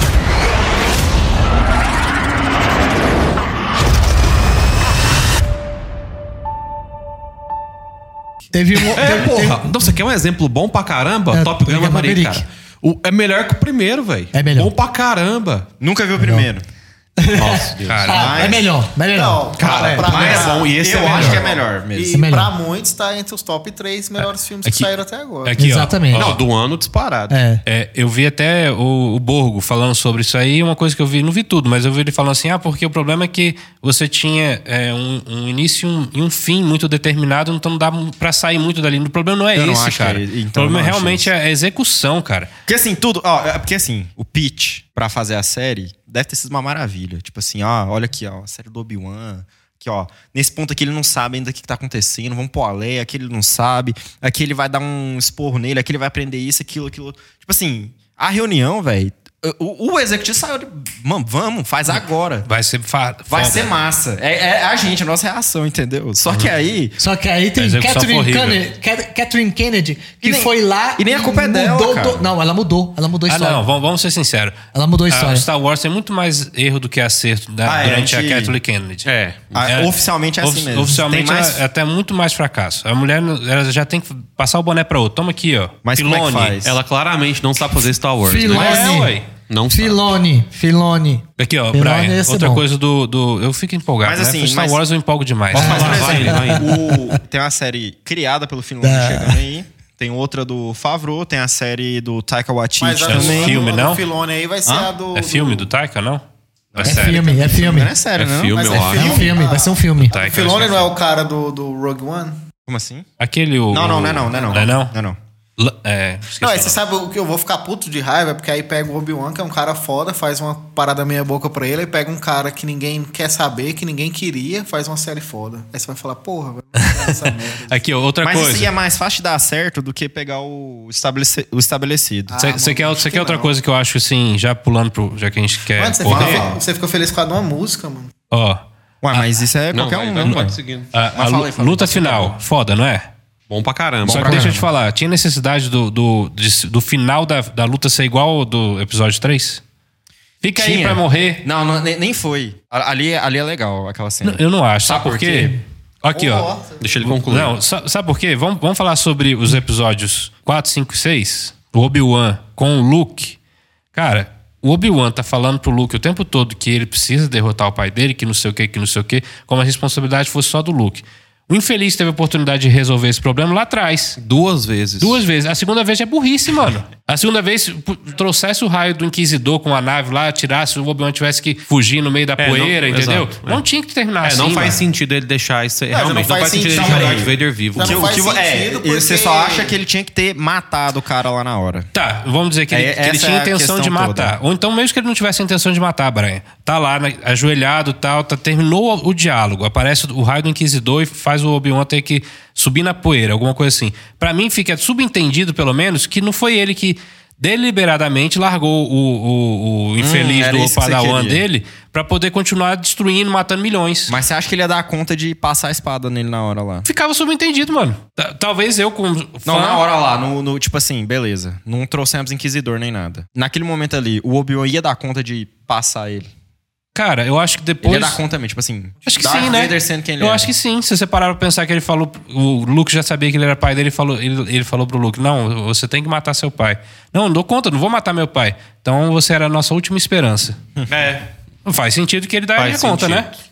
teve um. É, teve- porra. teve- Então, você quer um exemplo bom pra caramba? É, Top Gun Top Gun Maverick, Maverick. cara. O- é melhor que o primeiro, velho. É melhor. Bom pra caramba. Nunca viu o primeiro. Nossa, Deus. Cara, Ah, Mas- é melhor, é melhor. Não, Cara, pra mas mim, é bom. E esse eu é acho melhor. que é melhor mesmo. E É melhor. pra muitos tá entre os top três melhores filmes que Aqui- saíram até agora. Aqui, ó. Exatamente. Não, do ano disparado. É. É, eu vi até o, o Borgo falando sobre isso aí, uma coisa que eu vi, não vi tudo, mas eu vi ele falando assim, ah, porque o problema é que você tinha é, um, um início e um, e um fim muito determinado, então não dá pra sair muito dali. O problema não é Eu não esse, acho que cara. é- então o eu problema não acho realmente isso. é a execução, cara. Porque assim, tudo. Ó, é porque assim, o pitch pra fazer a série deve ter sido uma maravilha. Tipo assim, ó, olha aqui, ó, a série do Obi-Wan. Aqui, ó. Nesse ponto aqui ele não sabe ainda o que, que tá acontecendo. Vamos pôr a Leia, aqui ele não sabe. Aqui ele vai dar um esporro nele, aqui ele vai aprender isso, aquilo, aquilo. Tipo assim, a reunião, velho. O, o executivo saiu de. Mano, vamos, faz agora. Vai ser fa- Vai foda. ser massa. É, é a gente, a nossa reação, entendeu? Só que aí. Só que aí A tem execução foi Catherine horrível. Kennedy, Cat- Catherine Kennedy, que E nem- foi lá. e nem a culpa é dela, mudou cara. to- Não, ela mudou. Ela mudou a Ah, história. não, vamos, vamos ser sinceros. Ela mudou a Ah, história. o Star Wars tem muito mais erro do que acerto da- Ah, é, durante a a gente- Kathleen Kennedy. É. Ah, oficialmente é assim Ofi- mesmo. Oficialmente Tem mais- ela- é até muito mais fracasso. A mulher ela já tem que passar o boné pra outro. Toma aqui, ó. Mas como é que Filone. faz? Ela claramente não sabe fazer Star Wars. Filone. Né? É, ué. Não sabe. Filone, Filone. Aqui, ó, Filone Brian. ia ser Outra bom. coisa do, do. Eu fico empolgado. Mas né? assim, Star mas- Wars eu empolgo demais. Posso né? falar, por vai, exemplo, vai. o- tem uma série criada pelo Finlande Da- chegando aí. Tem outra do Favreau, tem a série do Taika Waititi Mas a é um do, também. filme, a do não? Filone aí vai ser Hã? a do... É filme do Taika, não? É, É série. filme, é filme. Não é sério, É não? filme, Mas eu é acho. É um filme, vai ser um filme. O Taika, Filone acho não que é o cara do, do Rogue One? Como assim? Aquele. O, Não, não, não é não, não é não. Não é não? Não é não. L- É, esqueci Não, o aí nome. você sabe o que eu vou ficar puto de raiva, porque aí pega o Obi-Wan, que é um cara foda, faz uma parada meia boca pra ele, aí pega um cara que ninguém quer saber, que ninguém queria, faz uma série foda. Aí você vai falar, porra, vai fazer essa merda. Aqui, ó, outra Mas coisa. isso aí é mais fácil de dar certo do que pegar o, estabelece- o estabelecido. Ah, Você mano, quer, acho cê que quer outra não. coisa que eu acho assim, já pulando pro. Já que a gente quer. Mano, você, poder? fica, fe- você ficou feliz por causa de uma música, mano. Ó. Ué, mas isso é Não, qualquer vai, um, vai, não, pode ué. seguindo. A, a Mas fala lu- aí, fala aí, luta pode ser final, foda, não é? Bom pra caramba. Só que deixa eu te falar, tinha necessidade do, do, de- do final da, da luta ser igual ao do episódio três? Fica aí Tinha. pra morrer. Não, não, nem nem foi. Ali, ali é legal, aquela cena. Eu não acho. Sabe, Sabe por por quê? Aqui, ó. Nossa. Deixa ele concluir. Não, sa- sabe por quê? Vamos, vamos falar sobre os episódios quatro, cinco e seis? O Obi-Wan com o Luke. Cara, o Obi-Wan tá falando pro Luke o tempo todo que ele precisa derrotar o pai dele, que não sei o que, que não sei o que, como a responsabilidade fosse só do Luke. O infeliz teve a oportunidade de resolver esse problema lá atrás. Duas vezes. Duas vezes. A segunda vez é burrice, mano. A segunda vez, p- trouxesse o raio do Inquisidor com a nave lá, tirasse, o Obi-Wan tivesse que fugir no meio da É, poeira, não- entendeu? exato, não é. tinha que terminar É, assim, não faz mano. sentido ele deixar isso aí. Mas Realmente, não não faz faz sentido ele sentido, deixar o não. Darth Vader vivo. Não Que- o faz que vo- é, sentido, você porque- só acha que ele tinha que ter matado o cara lá na hora. Tá, vamos dizer que ele, É, que ele essa tinha é a intenção de questão matar. toda. Ou então, mesmo que ele não tivesse a intenção de matar, Brian. Tá lá, né, ajoelhado e tal, tá, terminou o, o diálogo. Aparece o raio do Inquisidor e faz o Obi-Wan ter que subir na poeira, alguma coisa assim. Pra mim, fica subentendido, pelo menos, que não foi ele que deliberadamente largou o, o, o infeliz era do isso que você Padawan queria. dele pra poder continuar destruindo, matando milhões. Mas você acha que ele ia dar conta de passar a espada nele na hora lá? Ficava subentendido, mano. T- Talvez eu, como fã... Não, na hora lá, no, no- tipo assim, beleza. Não trouxemos Inquisidor nem nada. Naquele momento ali, o Obi-Wan ia dar conta de passar ele. Cara, eu acho que Ele depois... ia dar conta mesmo, tipo assim. Acho que Darth sim, né? Vader sendo quem ele eu é. acho que sim. Se você parar pra pensar que ele falou... O Luke já sabia que ele era pai dele, ele falou, ele, ele falou pro Luke, não, você tem que matar seu pai. Não, não dou conta, não vou matar meu pai. Então você era a nossa última esperança. É. Não faz sentido que ele daria Faz conta, sentido. né?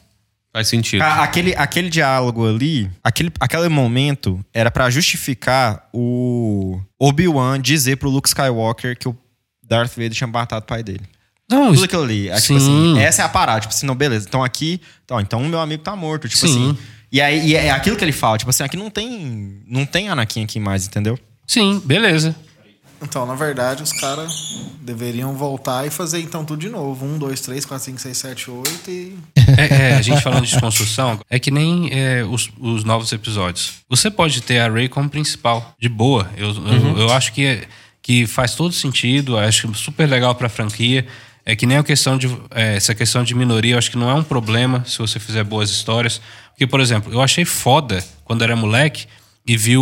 Faz sentido. A- Aquele, aquele diálogo ali, aquele, aquele momento era pra justificar o Obi-Wan dizer pro Luke Skywalker que o Darth Vader tinha matado o pai dele. Não, Tudo isso- aquilo ali. É, tipo Sim. assim, essa é a parada. Tipo assim, não, beleza. Então aqui, então, então o meu amigo tá morto. Tipo Sim. assim. E aí e é aquilo que ele fala. Tipo assim, aqui não tem, não tem Anakin aqui mais, entendeu? Sim, beleza. Então, na verdade, os caras deveriam voltar e fazer então tudo de novo. Um, dois, três, quatro, cinco, seis, sete, oito e. É, é, a gente falando de desconstrução, é que nem é, os, os novos episódios. Você pode ter a Rey como principal, de boa. Eu, eu, eu acho que, que faz todo sentido, acho super legal pra franquia. É que nem a questão de. É, essa questão de minoria, eu acho que não é um problema se você fizer boas histórias. Porque, por exemplo, eu achei foda quando era moleque e viu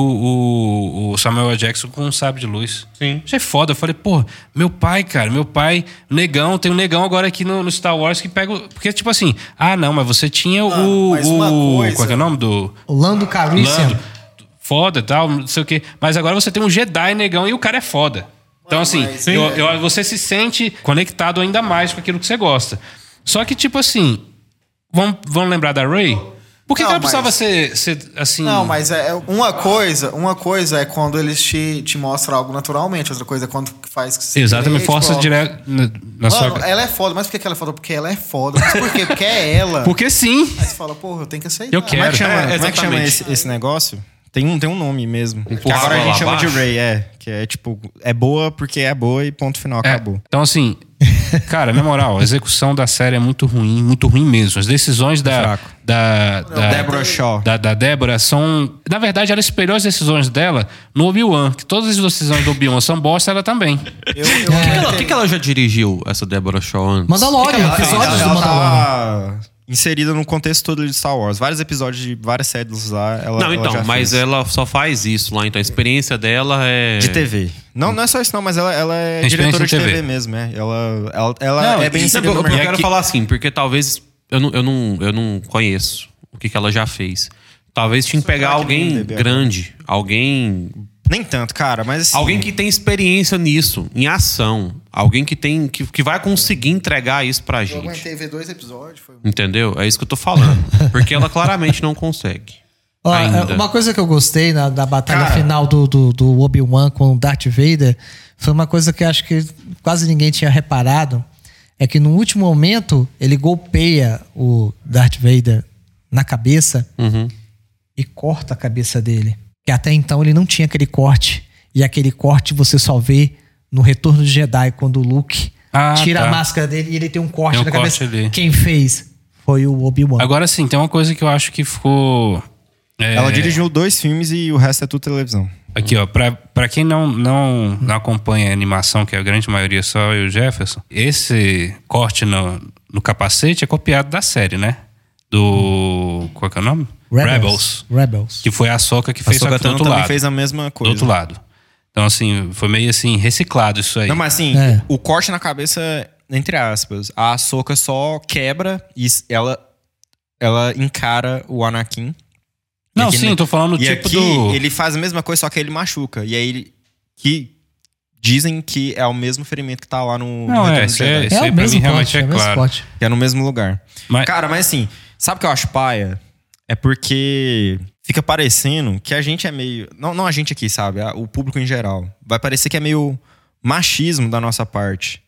o, o Samuel L. Jackson com um sabre de luz. Sim. Achei foda. Eu falei, pô, meu pai, cara, meu pai, negão, tem um negão agora aqui no, no Star Wars que pega. o- Porque, tipo assim, ah, não, mas você tinha o. mas uma o coisa- Qual é, que é o nome do. O Lando Calrissian. Lando. Foda e tal, não sei o quê. Mas agora você tem um Jedi negão e o cara é foda. Então, assim, mas- eu, eu- você se sente conectado ainda mais com aquilo que você gosta. Só que, tipo assim, vamos, vamos lembrar da Rey? Por que, Não, que ela precisava mas- ser, ser assim. Não, mas é é uma coisa, uma coisa é quando eles te, te mostram algo naturalmente, outra coisa é quando faz que você Exatamente, crê, força tipo, direto na, na Mano, sua. ela é foda, mas por que que ela é foda? Porque ela é foda. Mas por quê? Porque é ela. Porque sim. Aí você fala, porra, eu tenho que aceitar. Eu Como é que quero. chama, É, como é que chama exatamente. esse, esse negócio? Tem um, tem um nome mesmo. Que Empurrar agora a gente goela chama de abaixo? Rey, é. Que é tipo, é boa porque é boa e ponto final, É, acabou. então, assim, cara, na moral, a execução da série é muito ruim, muito ruim mesmo. As decisões da. Fraco. Da, da, Deborah Shaw. Da, da Débora são. Na verdade, ela espelhou as decisões dela no Obi-Wan. Que todas as decisões do Obi-Wan são bosta, ela também. Eu, eu O que, ela, o que que ela já dirigiu, essa Deborah Shaw, antes? Mandalorian, Ela, episódios do ela Mandalorian. tá inserida no contexto todo de Star Wars. Vários episódios de várias séries lá. Ela, Não, ela então, já mas fez. ela só faz isso lá, então a experiência dela é... De T V. Não, não é só isso, não, mas ela, ela é Tem experiência diretora de em T V, T V mesmo, é. Ela, ela, ela Não, é bem e- inserida Eu, no eu mercado. quero aqui- falar assim, porque talvez eu não, eu não, eu não conheço o que, que ela já fez. Talvez tinha que pegar será que alguém nem bebê grande, alguém Nem tanto, cara, mas assim... alguém que tem experiência nisso, em ação, alguém que tem que, que vai conseguir entregar isso pra eu gente. aguentei ver dois episódios. Foi... Entendeu? É isso que eu tô falando, porque ela claramente não consegue. Ó, ainda. uma coisa que eu gostei na, da batalha Cara. final do, do, do Obi-Wan com o Darth Vader foi uma coisa que eu acho que quase ninguém tinha reparado. É que no último momento ele golpeia o Darth Vader na cabeça Uhum. e corta a cabeça dele. Que até então ele não tinha aquele corte. E aquele corte você só vê no Retorno de Jedi, quando o Luke Ah, tira tá. a máscara dele e ele tem um corte Tem um na corte cabeça. ali. Quem fez foi o Obi-Wan. Agora sim, tem uma coisa que eu acho que ficou. é, Ela dirigiu dois filmes e o resto é tudo televisão. Aqui, ó, pra, pra quem não, não, não acompanha a animação, que é a grande maioria só eu e o Jefferson, esse corte no, no capacete é copiado da série, né? Do. Qual que é o nome? Rebels. Rebels. Que foi a Ahsoka que A fez só que do Ahsoka outro também lado. fez a mesma Do coisa. outro lado. Então, assim, foi meio assim, reciclado isso aí. Não, mas assim, É. o corte na cabeça, entre aspas, a Ahsoka só quebra e ela, ela encara o Anakin. Não, E aqui sim, ne- eu tô falando e tipo aqui do. ele faz a mesma coisa, só que ele machuca. E aí ele... Que dizem que é o mesmo ferimento que tá lá no... Não, no é, Retorno isso de é, Jedi. isso É aí o pra mesmo mim realmente corte, é é o mesmo claro. corte. Que é no mesmo lugar. Mas- Cara, mas assim, sabe o que eu acho paia? É porque fica parecendo que a gente é meio... Não, não a gente aqui, sabe? A- O público em geral. Vai parecer que é meio machismo da nossa parte.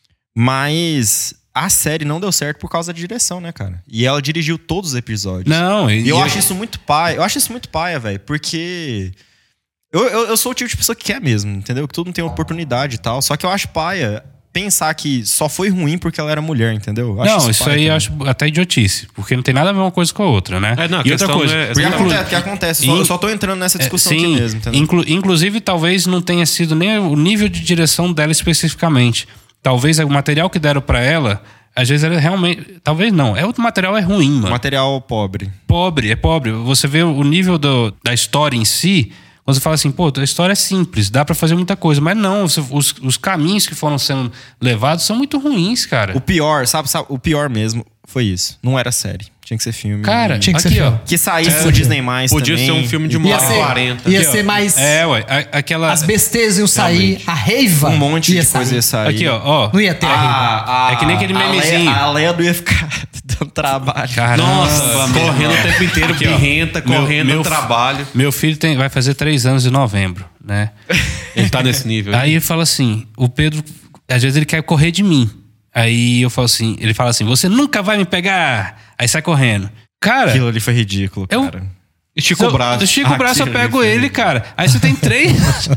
Mas a série não deu certo por causa da direção, né, cara? E ela dirigiu todos os episódios. Não, E eu e- acho isso muito paia. Eu acho isso muito paia, velho. Porque... Eu, eu, eu sou o tipo de pessoa que quer mesmo, entendeu? Que todo mundo tem oportunidade e tal. Só que eu acho paia pensar que só foi ruim porque ela era mulher, entendeu? Eu acho Não, isso paia aí eu também. acho até idiotice, porque não tem nada a ver uma coisa com a outra, né? É, não, a e outra questão coisa, é- Porque inclu- acontece, porque acontece. Só- in- eu só tô entrando nessa discussão É, aqui sim, mesmo, entendeu? inclu- inclusive, talvez não tenha sido nem o nível de direção dela especificamente. Talvez o material que deram pra ela, às vezes era realmente. Talvez não. É, o material é ruim, mano. Material pobre. Pobre, é pobre. Você vê o nível do- da história em si. Quando você fala assim, pô, a história é simples, dá pra fazer muita coisa. Mas não, os, os, os caminhos que foram sendo levados são muito ruins, cara. O pior, sabe, sabe? O pior mesmo foi isso. Não era série. Tinha que ser filme. Cara, Tinha que aqui, ser ó. filme. Que saísse É. no Disney mais Podia também. ser um filme de uma Ia hora e ser, quarenta. ia Aqui, ó. ser mais... É, ué. a- Aquela. As besteiras iam sair, a reiva Um monte ia de coisa sair. ia sair. Aqui, ó. ó. Não ia ter a reiva. Ah, É que nem aquele a memezinho. Leia, a Leia não ia ficar trabalho. Caramba, Nossa, meu correndo irmão. o tempo inteiro, Aqui, ó. birrenta, Meu- correndo meu no fi- trabalho. Meu filho tem, vai fazer três anos em novembro, né? Ele tá nesse nível. Aí ele fala assim, o Pedro, às vezes ele quer correr de mim. Aí eu falo assim, ele fala assim, você nunca vai me pegar. Aí sai correndo. Cara, Aquilo ali foi ridículo, eu- cara. Estica se o braço. Eu estico o braço, eu Aquilo ali pego foi ele, cara. Aí você tem três,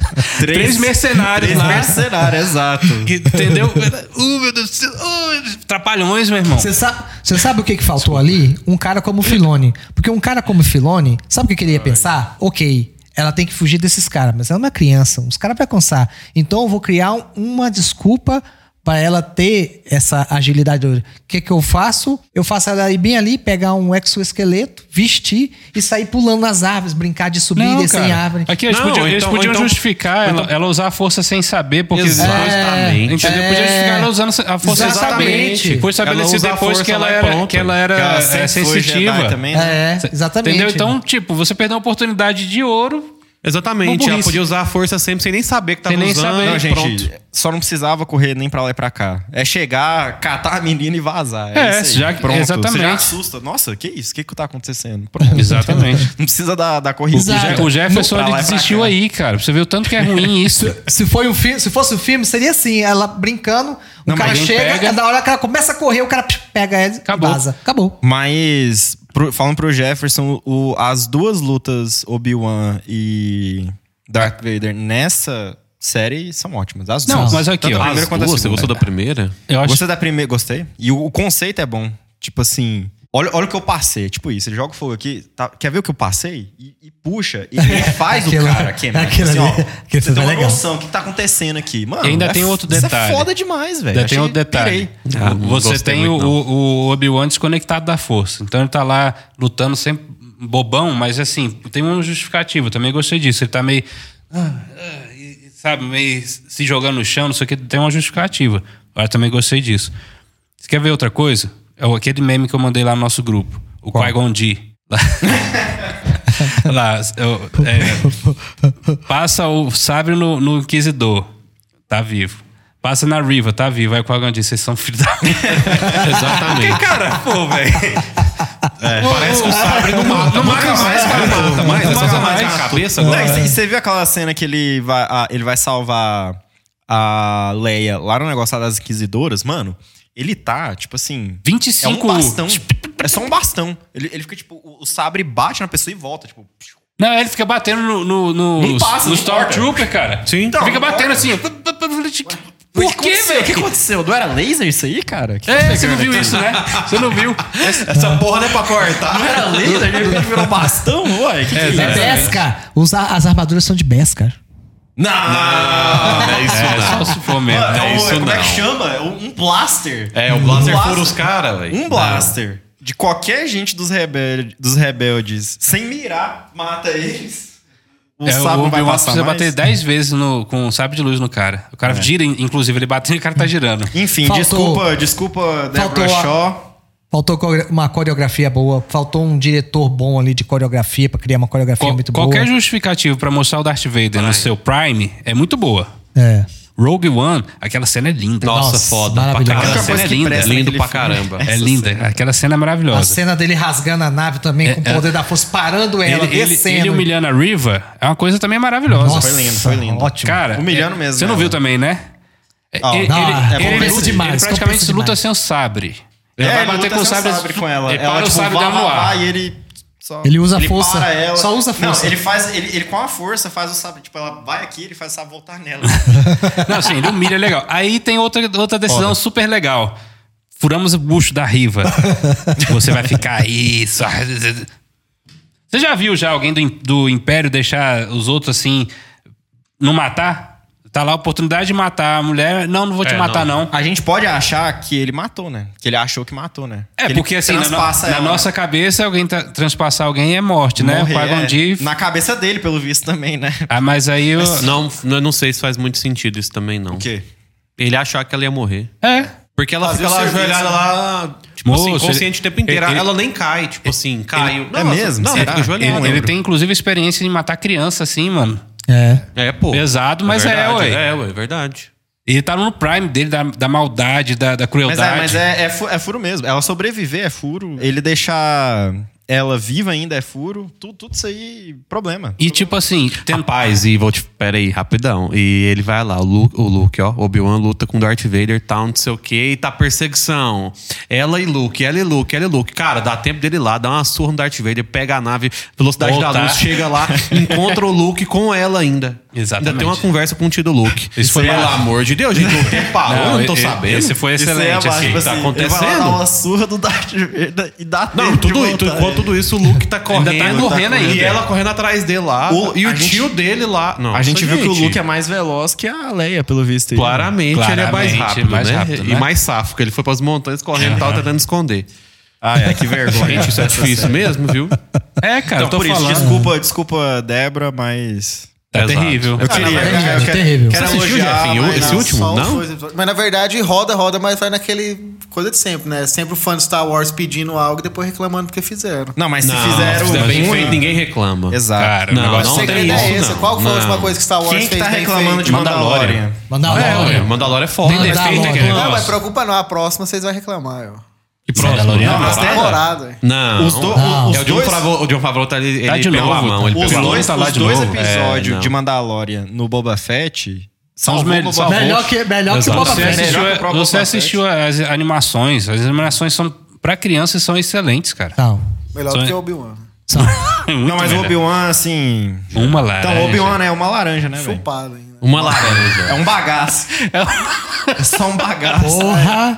três mercenários Três lá. mercenários, exato. que- Entendeu? Uh, meu Deus do céu. Uh, trapalhões, meu irmão. Você sabe, você sabe o que, que faltou ali? Um cara como o Filoni. Porque um cara como o Filoni, sabe o que, que ele ia pensar? Ok, ela tem que fugir desses caras, mas ela não é criança, os caras vão alcançar. Então eu vou criar um- uma desculpa para ela ter essa agilidade. O que, que eu faço? Eu faço ela ir bem ali, pegar um exoesqueleto, vestir e sair pulando nas árvores, brincar de subir e descer em árvore. Aqui eles Não, podiam, eles então- podiam então- justificar ela, ela usar a força sem saber, porque. Exatamente. Entendeu? É. Podia justificar ela usando a força sem saber. Exatamente. Foi Ela estabelecido usa a depois força que ela lá e era, pronto. que ela era Ela é, sempre foi sensitiva. Jedi também, né? É, exatamente. Entendeu? Então, tipo, você perdeu uma oportunidade de ouro. Exatamente. Uma Ela burrice. podia usar a força sempre sem nem saber que tava Sem nem usando. saber. Não, e gente, pronto. só não precisava correr nem pra lá e pra cá. É chegar, catar a menina e vazar. É, É, isso aí. já- Pronto. exatamente. Você já assusta. Nossa, que isso? O que que tá acontecendo? Pronto. Exatamente. Não precisa da, da corrida. Exato. O Jefferson Pra ele lá e pra desistiu cá. aí, cara. Pra você ver o tanto que é ruim isso. Se, foi um fi- se fosse um filme, seria assim: ela brincando, o Não, cara mas alguém chega, pega- da hora que ela começa a correr, o cara psh, pega ela Acabou. e vaza. Acabou. Mas, pro- falando pro Jefferson, o- as duas lutas Obi-Wan e Darth Vader nessa série são ótimas. As Não, duas. mas aqui, Tanto ó. a primeira As quanto a duas, você segunda. gostou da primeira? Eu acho Gostei da primeira, gostei. E o, o conceito é bom. Tipo assim, olha, olha o que eu passei. Tipo isso, ele joga o fogo aqui. tá- quer ver o que eu passei? E, e puxa. E ele faz Aquilo- o cara queimar. aquilo assim, ali- ó, aquilo você tem foi uma legal. noção. O que tá acontecendo aqui? Mano, E ainda é tem f- outro Isso detalhe. é foda demais, velho. Ainda tem Achei- outro detalhe. pirei. Ah, não Você gostei tem o, muito, não. o Obi-Wan desconectado da força. Então ele tá lá lutando sempre bobão, mas assim, tem uma justificativa. Também gostei disso. Ele tá meio. ah, ah, e- sabe, meio se jogando no chão, não sei o que. Tem uma justificativa. Agora também gostei disso. Você quer ver outra coisa? É o- aquele meme que eu mandei lá no nosso grupo. O Qui-Gon Jinn. Lá, lá eu- é, passa o sabre no, no Inquisidor. Tá vivo. Passa na Riva, tá vivo. Aí o Qui-Gon Jinn, vocês são filhos da... Exatamente. Cara, pô, velho. Parece que o sabre não mata. Não mata mais, cara. Não mata mais. Não É só mata mais mais. na cabeça Não, agora. e você- e você viu aquela cena que ele vai, ah, ele vai salvar a Leia lá no negócio lá das Inquisidoras? Mano, ele tá, tipo assim... vinte e É cinco... um bastão. É só um bastão. Ele, ele fica, tipo, o, o sabre bate na pessoa e volta, tipo... Não, ele fica batendo no, no, no, Não passa, no não importa. Stormtrooper, cara. Sim. Ele fica Não, batendo não assim. ó. Por quê, aconteceu? O que velho? aconteceu? Não era laser isso aí, cara? Que É, você não viu isso, né? Você não viu. Essa porra não é pra cortar. Não era laser? De repente virou bastão? Ué, que que é isso? É Beskar. Os- As armaduras são de Beskar. Não! Não é isso É, não. só se for mesmo. Mano, é um- isso como é que não. chama? Um blaster. É, o blaster Um fura os caras, velho. Um blaster de qualquer gente dos, rebel dos rebeldes, sem mirar, mata eles. O É, sabre o não vai Obi-Wan passar precisa mais. bater dez vezes no, com um sabre de luz no cara. O cara gira, inclusive, ele batendo e o cara tá girando. Enfim, Faltou- desculpa, desculpa, Deborah faltou a- Shaw. Faltou core- uma coreografia boa. Faltou um diretor bom ali de coreografia pra criar uma coreografia Qual- muito qualquer boa. justificativa pra mostrar o Darth Vader no seu Prime é muito boa. É. Rogue One, aquela cena é linda. Nossa, Nossa, foda. Pra maravilhoso. caramba. A única Aquela cena coisa é que linda. presta Lindo naquele pra filme caramba. É essa linda. cena. Aquela cena é A maravilhosa. cena dele rasgando a nave também com o poder da força, parando ela, Ele, ele, descendo. ele humilhando a Riva é uma coisa também maravilhosa. Nossa, Foi lindo, foi lindo. Ótimo. Cara, Humilhando é- mesmo Você não ela. viu também, né? É, Ó, ele, não, ele- é ele- compensa ele- demais, ele praticamente compensa luta demais. sem o sabre. Ele É, vai ele bater luta com o sem sabre, com ela. Ele ela para o tipo, sabre vá, dando no vá, ar. vá, e ele só- Ele usa a força, para ela. só usa a força. Não, ele faz, ele, ele com a força faz o sabre, tipo, ela vai aqui, ele faz o sabre voltar nela. Não, assim, ele humilha legal. Aí tem outra, outra decisão super legal. Furamos o bucho da Riva. Você vai ficar isso. Você já viu já alguém do, im- do Império deixar os outros assim, não matar? Tá lá a oportunidade de matar a mulher. Não, não vou te É, matar, não. não. A gente pode achar que ele matou, né? Que ele achou que matou, né? É, Que ele porque assim, na, no- transpassa na ela, nossa cabeça, alguém tra- transpassar alguém é morte, né? morrer, Qui-Gon é. Jinn- Na cabeça dele, pelo visto, também, né? Ah, mas aí eu... Não, eu não sei se faz muito sentido isso também, não. O quê? Ele achar que ela ia morrer. É. Porque ela Fazer fica o lá serviço, ajoelhada né? lá, tipo Moço, assim, consciente ele- o tempo inteiro. ele- ela nem cai, tipo assim, caiu. é mesmo? Não, Será? ela fica ajoelhada. Ele, ele tem, inclusive, experiência em matar criança, assim, mano. É. É, pô. Pesado, mas é, verdade, ué. É, ué, verdade. Ele tá no prime dele, da, da maldade, da, da Mas, crueldade. é, mas é, é, fu- é furo mesmo. Ela sobreviver é furo. Ele deixar ela viva ainda é furo. Tudo, tudo isso aí, problema. E tipo assim, tem... Rapaz, e vou te. Pera aí, rapidão. E ele vai lá, o Luke, o Luke ó. Obi-Wan luta com Darth Vader, tal, não sei o que, e tá perseguição. Ela e Luke, ela e Luke, ela e Luke. Cara, dá tempo dele ir lá, dá uma surra no Darth Vader, pega a nave, velocidade Voltar. da luz, chega lá, encontra o Luke com ela ainda. Exatamente. Ainda tem uma conversa com o tio do Luke. Isso foi Pelo massa. amor de Deus, gente, o tempo parou, eu não tô e- sabendo. Esse foi Isso aí é excelente, abaixo, assim. tipo tá assim, acontecendo? Ele vai lá dar uma surra do Darth Vader e dá Não, tempo de tudo, voltar. tudo, enquanto tudo isso, o Luke tá correndo. tá correndo ainda. E ela correndo atrás dele lá. O- e o a gente- tio dele lá. Nossa, A gente viu que o gente. Luke é mais veloz que a Leia, pelo visto. aí. Claramente, ele é mais Claramente, rápido, mais né? rápido, E né? mais safo, porque ele foi pras montanhas correndo e tava tentando esconder. Ah, é, que vergonha. Gente, isso é difícil mesmo, viu? É, cara, Então, eu tô por isso, falando. desculpa, desculpa, Débora, mas... Tá Exato. terrível. Eu queria... verdade, eu quero, terrível. Quero Você assistiu, elogiar, Jefinho, mas- esse Não, último? só os Não? dois episódios. Mas na verdade roda, roda, mas vai naquele coisa de sempre, né? Sempre o fã de Star Wars pedindo algo e depois reclamando porque fizeram. Não, mas se Não, fizeram... se fizer bem ruim- feito, ninguém reclama. Exato. Cara, o Não, negócio não o tem segredo é isso, esse. não. Qual foi a última Não. coisa que Star Wars Quem que fez tá bem reclamando feito? de Mandalorian? Mandalorian. Mandalorian. É, o Mandalorian é foda. Mandalorian. Defeito aquele Não, negócio. mas preocupa não. A próxima vocês vão reclamar, ó. Que próximo? Mandalorian? Não, Mas A tem- temporada. Não. Os, do- Não. os É o John dois... Favreau, o John Favreau tá, ele, Tá ele de pegou novo, a mão. Ele Os pegou a mão. dois, tá lá os de dois novo. episódios É, não. de Mandalorian no Boba Fett São os salvou o melhores. Boba Fett. Melhor que, melhor que o Boba Você Fett. assistiu, Melhor que o próprio você Boba assistiu as animações. As animações são pra crianças são excelentes, cara. Não. Melhor Só- do que o Obi-Wan. São- Muito Não, mas o melhor. Obi-Wan, assim... Uma laranja. Então, o Obi-Wan é uma laranja, né, velho? Chupado ainda. Uma laranja. É um bagaço. É só um bagaço. Porra.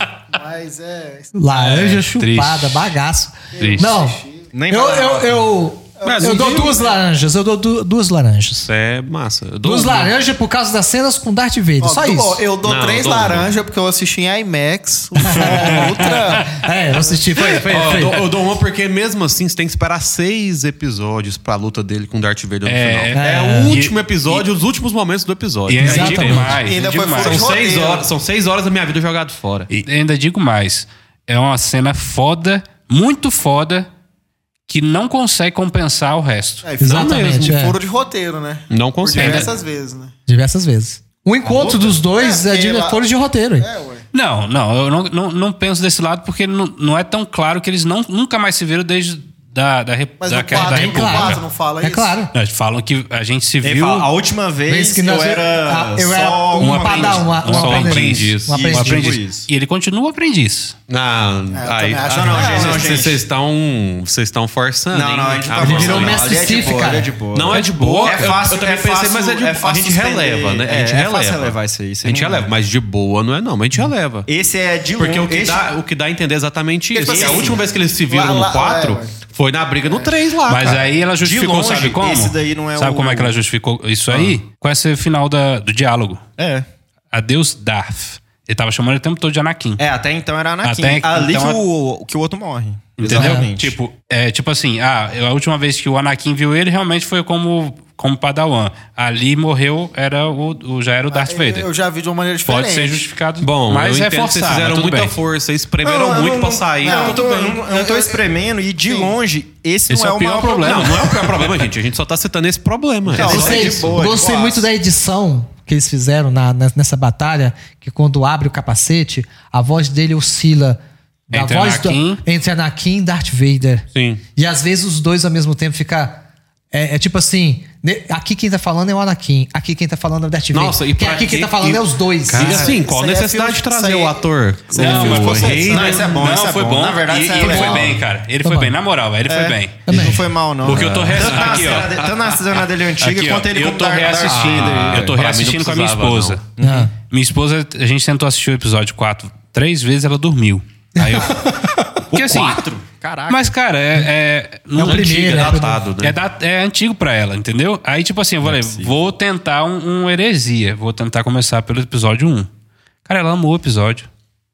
Mas é. Laranja É, chupada, triste. bagaço. Triste. Não. Nem Eu, pra- eu, eu, Mas eu não dou viu? duas laranjas. Eu dou du- duas laranjas. Isso é massa. Eu dou Duas uma. laranjas por causa das cenas com Darth Vader. Ó, Só do- isso. ó, eu dou Não, três eu dou uma. laranjas porque eu assisti em IMAX. O som ultra. É, eu assisti. Foi, foi, Ó, foi. eu, dou, eu dou uma porque mesmo assim você tem que esperar seis episódios pra luta dele com Darth Vader no É, final. É, é. o E- último episódio, os últimos momentos do episódio. E ainda Exatamente. digo mais. E ainda digo foi mais. fora São de seis, roteiro. horas, são seis horas da minha vida jogado fora. E ainda digo mais. É uma cena foda, muito foda, que não consegue compensar o resto. É, Exatamente, mesmo, é. Furo de roteiro, né? Não Por consegue. diversas vezes, né? Diversas vezes. O encontro dos dois É, é, de porque lá- foro de roteiro. hein? É, ué. Não, não, eu não, não, não penso desse lado porque não, não é tão claro que eles não, nunca mais se viram desde da, da, rep- Mas da no queda da quadro, no República. quadro não fala É isso? claro. Eles falam que a gente se Ele viu. fala, a última vez Vez que eu nós- era ah, eu era só um um aprendiz. aprendiz. Uma, Um um só aprendiz. aprendiz. Um Um aprendiz. aprendiz. isso. E ele continua aprendiz. Não, eu aí, também acho ah, que não, não, gente, não, vocês- gente. Vocês estão, vocês estão forçando. Não, hein? não, a gente tá Ah, Ele forçando, virou não. mestre Ali é de Sif, boa, cara. ali é de boa. Não é de boa. É eu- fácil, eu, também é pensei, fácil, mas é de é A fácil gente suspender. releva, né? A gente É, é releva. fácil relevar isso aí, isso A gente não- releva, mas de boa não é não, mas a gente releva. Esse é de Porque o que, esse- dá, o que dá a entender é exatamente isso. Tipo Porque a assim, última vez que eles se viram lá- no lá- quatro é, ué. foi na briga no três lá. Mas cara. aí ela justificou, longe, sabe como? esse daí não é sabe o- como é que ela justificou isso aí? Com esse final da, do diálogo. É. Adeus, Darth. Ele tava chamando o tempo todo de Anakin. É, até então era Anakin. Até- Ali então- que, o, que o outro morre. Entendeu? Exatamente. Tipo, é, tipo assim, ah, a última vez que o Anakin viu ele realmente foi como, como Padawan. Ali morreu, era o, o- já era o Darth Vader. Eu já vi de uma maneira diferente. Pode ser justificado. Bom, mas eu é entendo que forçado. vocês fizeram mas tudo muita bem. força, espremeram Não, muito não, pra não, sair. Não, tá eu, tudo tô, bem. eu, não- eu não tô espremendo e de longe, esse, Esse não é é, o pior maior problema. Não, não é o pior problema, gente. A gente só tá citando esse problema. Não, Esse- não, Gostei, de boa, de gostei boa. muito da edição que eles fizeram na, nessa batalha, que quando abre o capacete, a voz dele oscila da Entre voz Anakin- do, entre Anakin e Darth Vader. Sim. E às vezes os dois ao mesmo tempo fica é, é tipo assim, ne- aqui quem tá falando é o Anakin, aqui quem tá falando é o Darth Vader. Nossa, e Porque pra aqui quem quê? tá falando E- é os dois. E assim, qual a isso aí é necessidade filme- de trazer isso aí- o ator? isso aí é o filme de rei, vocês. Não, isso é bom, Não, isso é foi bom. bom. Na verdade, e, isso é ele foi legal. bem, cara. Ele Foi foi bom. bem, na moral, ele foi bem. Ele não foi mal, não. Porque eu tô Tanto na aqui, ó. cena de- Tanto na cena dele antiga Aqui, ó, quanto ele eu como tô Darth- reassistindo. Darth Vader. eu tô pra mim não reassistindo com a minha precisava, esposa. Ah. Minha esposa, a gente tentou assistir o episódio quatro três vezes, ela dormiu. Aí eu. Porque assim. Caraca. Mas, cara, é. É, É o primeiro, é é, datado, né? é, da- é antigo pra ela, entendeu? Aí, tipo assim, eu falei, vou tentar um, um heresia. Vou tentar começar pelo episódio um. Cara, ela amou o episódio.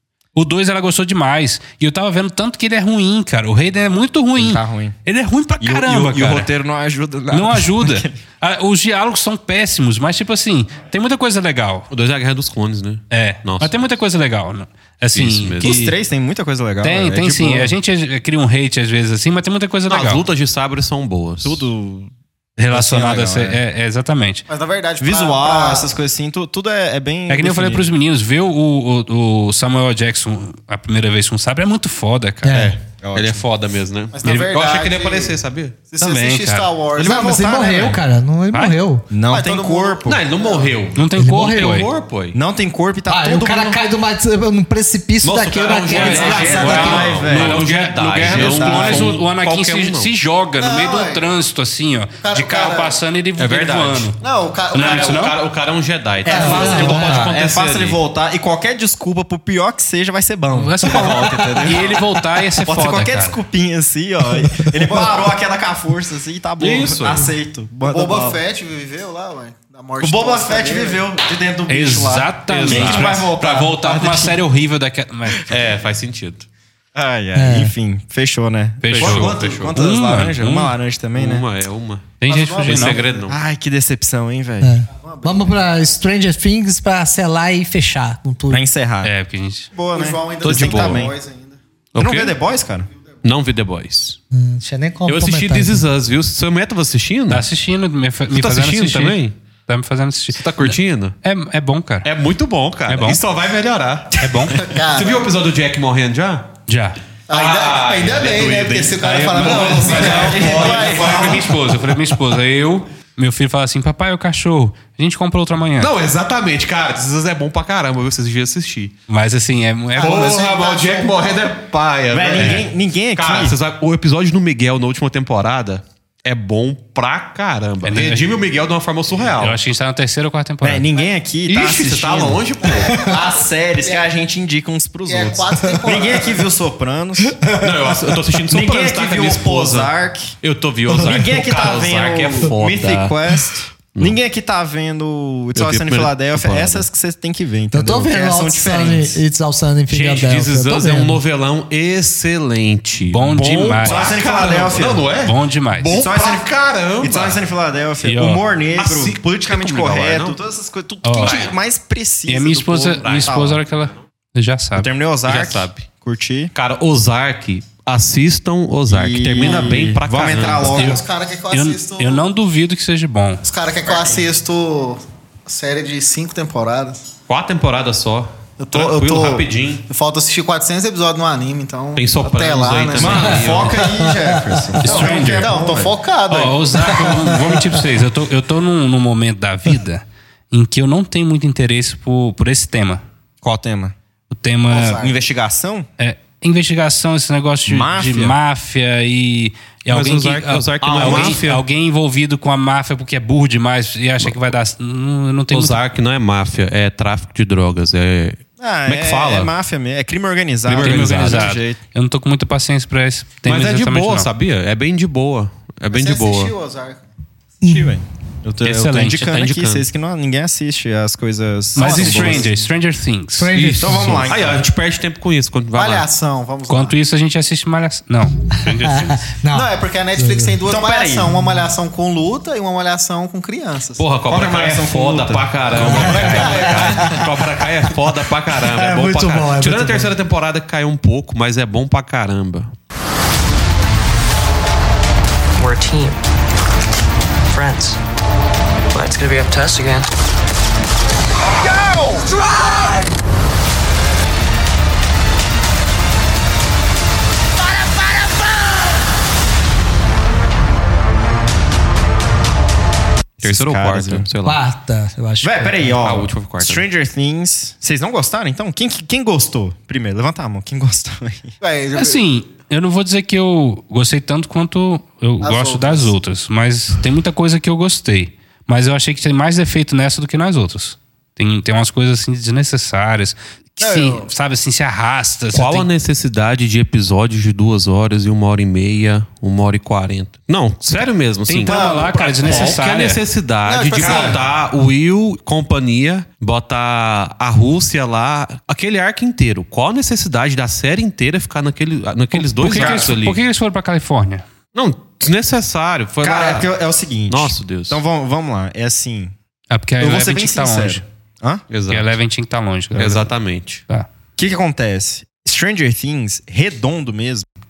O dois ela gostou demais. E eu tava vendo tanto que ele é ruim, cara. O rei é muito ruim. Ele tá ruim. Ele é ruim pra E o- caramba, e, o, e o cara. roteiro não ajuda nada. Não ajuda. Ah, Os diálogos são péssimos, mas, tipo assim, tem muita coisa legal. O dois é a Guerra dos Clones, né? É. Nossa. Mas tem muita coisa legal. né? Assim, Isso mesmo. que- Os três tem muita coisa legal. Tem, é tem de sim. boa. A gente é- cria um hate às vezes assim, mas tem muita coisa Não, legal. as lutas de sabre são boas. Tudo relacionado a Assim, ser. legal, É, é, exatamente. Mas na verdade, pra- Visual, pra- essas coisas assim, tu- tudo é, é bem. É que nem eu falei definido. pros meninos, ver o, o, o Samuel Jackson a primeira vez com o sabre é muito foda, cara. É. Ele é foda mesmo, né? Mas na Ele- verdade, eu achei que ele ia aparecer, sabia? Se você Também, assistir cara. Star Wars, Ele vai vai Mas ele voltar, né, morreu, velho? cara. Não, ele Vai? morreu. Não Vai tem todo mundo- corpo. Não, ele não morreu. Não tem Ele corpo, morreu. ué. Tem corpo, aí. Não tem corpo e tá Ah, todo o cara mundo... cai de uma, num precipício Nossa, daquele, o cara é um daquele Jedi, desgraçado Jedi, daquele. velho. Não, é um No, Jedi. no Guerra dos Jedi. Clones, o, o Anakin Qualquer um, se, não. se joga no Não, meio do é. trânsito, assim, ó. Cara, de carro cara, passando e ele, ele verdade. voando. Não, o cara. Não é o cara- isso, O não? cara, o cara é um Jedi. Tá? É Tudo fácil, pode é. acontecer É fácil ele ali. voltar e qualquer desculpa, por pior que seja, vai ser bom. Vai ser bom. E ele voltar ia ser Pode foda, ser qualquer cara. desculpinha assim, ó. Ele parou aquela com a força assim, tá bom. Isso. Aceito. O Manda Boba bala. Fett viveu lá, ué. Da morte O Boba nossa Fett dele. viveu de dentro do bicho lá. Exatamente. Quem que vai Pra- voltar? Pra voltar pra uma série horrível daquela. Mas- É, faz sentido. Ai, ai. É. Enfim, fechou, né? Fechou, Quanto- fechou. Quantas Uma, laranjas? uma. Uma laranja também, né? Uma, é uma. Tem gente Mas fugindo, Não não. é segredo, não. Ai, que decepção, hein, velho? É. Vamos pra Stranger Things pra selar e fechar com tudo. Pra encerrar. É, porque a gente. Boa, O né? João ainda Tô de tem boa. The Boys ainda. Tu não O quê? vê The Boys, cara? Não vi The Boys. Hum, deixa nem como Eu assisti comentar, This Is então. Us, viu? Seu meta tava assistindo? Tá assistindo, me, fa- me tá fazendo assistindo assistir. também? Tá me fazendo assistir. Você tá curtindo? É, é bom, cara. É muito bom, cara. É bom. E só vai melhorar. É bom. Cara, Você viu o episódio do Jack morrendo já? Já. Ainda, Ah, ainda é bem, doido, né? Porque hein? se o cara Aí, falar, não, não, mas assim, é, não, eu vai, falei pra minha esposa, eu falei pra minha esposa, eu, meu filho fala assim, papai, o cachorro, a gente compra outro amanhã. Não, exatamente, cara. This Is Us é bom pra caramba, viu? Vocês deviam assistir. Mas assim, é, é bom. Porra, mas o Jack morrendo é paia, Velho, velho. ninguém, ninguém aqui... Cara, vocês sabem, o episódio do Miguel na última temporada é bom pra caramba. É, né? Redime o Miguel de uma forma surreal. Eu acho que a gente tá na terceira ou quarta temporada. Véi, ninguém aqui tá Ixi, assistindo você tá longe, pô. as séries que a gente indica uns pros Que é outros. quatro temporadas. Ninguém aqui viu Sopranos. Não, eu, ass- eu tô assistindo Ninguém Sopranos, aqui tá? Com a viu minha esposa. Ozark. Eu tô vendo Ozark. Ninguém aqui Cara, tá Ozark vendo é foda. Mythic Quest. Ninguém aqui tá vendo It's Eu Always vi a Sunny em primeira Philadelphia. temporada. Essas que você tem que ver, Eu entendeu? tô vendo Porque elas são All diferentes. Sunny, It's All Sunny em Gente, Philadelphia. This Is eu tô Us é um vendo. novelão excelente. Bom demais. pra It's Always Sunny em caramba. Philadelphia. Não, não é? Bom demais. Bom It's Always pra Sunny- caramba. It's Always Sunny em Philadelphia. E, ó, Humor negro, assim- politicamente tem como ligar lá, correto, não? todas essas coisas. Tudo Ó, que a gente mais precisa. E a minha do esposa, povo, minha tá esposa, a lá. hora que ela já Eu sabe. terminei Ozark. Já sabe. Curti. Cara, Ozark, assistam Ozark. E- Termina bem pra Vamos caramba. entrar logo. Os caras querem que eu Eu, assisto. eu não duvido que seja bom. Os caras querem que eu assisto série de cinco temporadas. Quatro temporadas só. Eu tô. Eu Tranquilo, tô rapidinho. Falta assistir quatrocentos episódios no anime, então. Tem Sopranos até lá, aí né? também. Mano, Aí, ó. foca aí, Jefferson. Stranger. Não, tô focado. aí. Ó, Ozark, eu vou- vou mentir pra vocês. Eu tô, eu tô num, num momento da vida em que eu não tenho muito interesse por, por esse tema. Qual tema? O tema Ozark. Investigação? é investigação, esse negócio de Máfia? de máfia e, e Mas alguém, Ozark- que, Ozark não é alguém, máfia? alguém envolvido com a máfia porque é burro demais e acha que vai dar. Não, eu não tenho muito- Ozark não é máfia, é tráfico de drogas. É. Ah, Como é que fala? É máfia mesmo. É crime organizado. Crime crime organizado. organizado. Do jeito. Eu não tô com muita paciência pra esse tema. Mas é de exatamente, boa, não. sabia? É bem de boa. É bem Você de boa. assistiu Ozark? Assisti, velho. Eu tô, eu tô Excelente, indicando tá aqui, indicando. vocês que não, ninguém assiste as coisas. Mas são e boas. Stranger, Stranger Things. Stranger Então vamos lá. Aí, ó, a gente perde tempo com isso. Quando vai lá. Malhação, vamos Enquanto lá. isso, a gente assiste Malhação. Não. Stranger Things. Não, Não, é porque a Netflix tem duas Então, peraí. malhação. Uma malhação com luta e uma malhação com crianças. Porra, Cobra Qual que é a Kai é malhação com foda luta? pra caramba. Cobra Kai, Cobra Kai é foda pra caramba. É, É bom muito pra bom, caramba. é Tirando muito a terceira temporada que caiu um pouco, mas é bom pra caramba. We're a team. Friends. But it's gonna be up to us again. Terceiro ou caras, quarto, viu? sei lá. quarta, eu acho. Véi, que- peraí, ó. A última foi quarta. Stranger Things. Vocês não gostaram, então? Quem, quem gostou? Primeiro, levanta a mão. Quem gostou aí? Véi, Assim, eu não vou dizer que eu gostei tanto quanto eu As gosto outras. das outras. Mas tem muita coisa que eu gostei. Mas eu achei que tem mais defeito nessa do que nas outras. Tem, tem umas coisas assim desnecessárias. Que Não, se, eu- sabe assim, se arrasta. você Qual tem- a necessidade de episódios de duas horas e uma hora e meia, uma hora e quarenta? Não, sério mesmo, Tem assim. trama lá, cara, desnecessária. Qual que é a necessidade Não, tipo de assim, botar o Will, companhia, botar a Rússia lá, aquele arco inteiro? Qual a necessidade da série inteira ficar naquele, naqueles Por dois que, que arcos eles, ali? por que eles foram pra Califórnia? Não, desnecessário. Foi Cara, lá. é, porque é o seguinte. Nossa, Deus. Então vamos, vamos lá. É assim. É porque a Eu vou ser Eleven bem tinha que tá longe. sincero. Hã? Porque Exato. a Eleven tinha que tá longe. Exatamente. Tá. O que que acontece? Stranger Things, redondo mesmo, que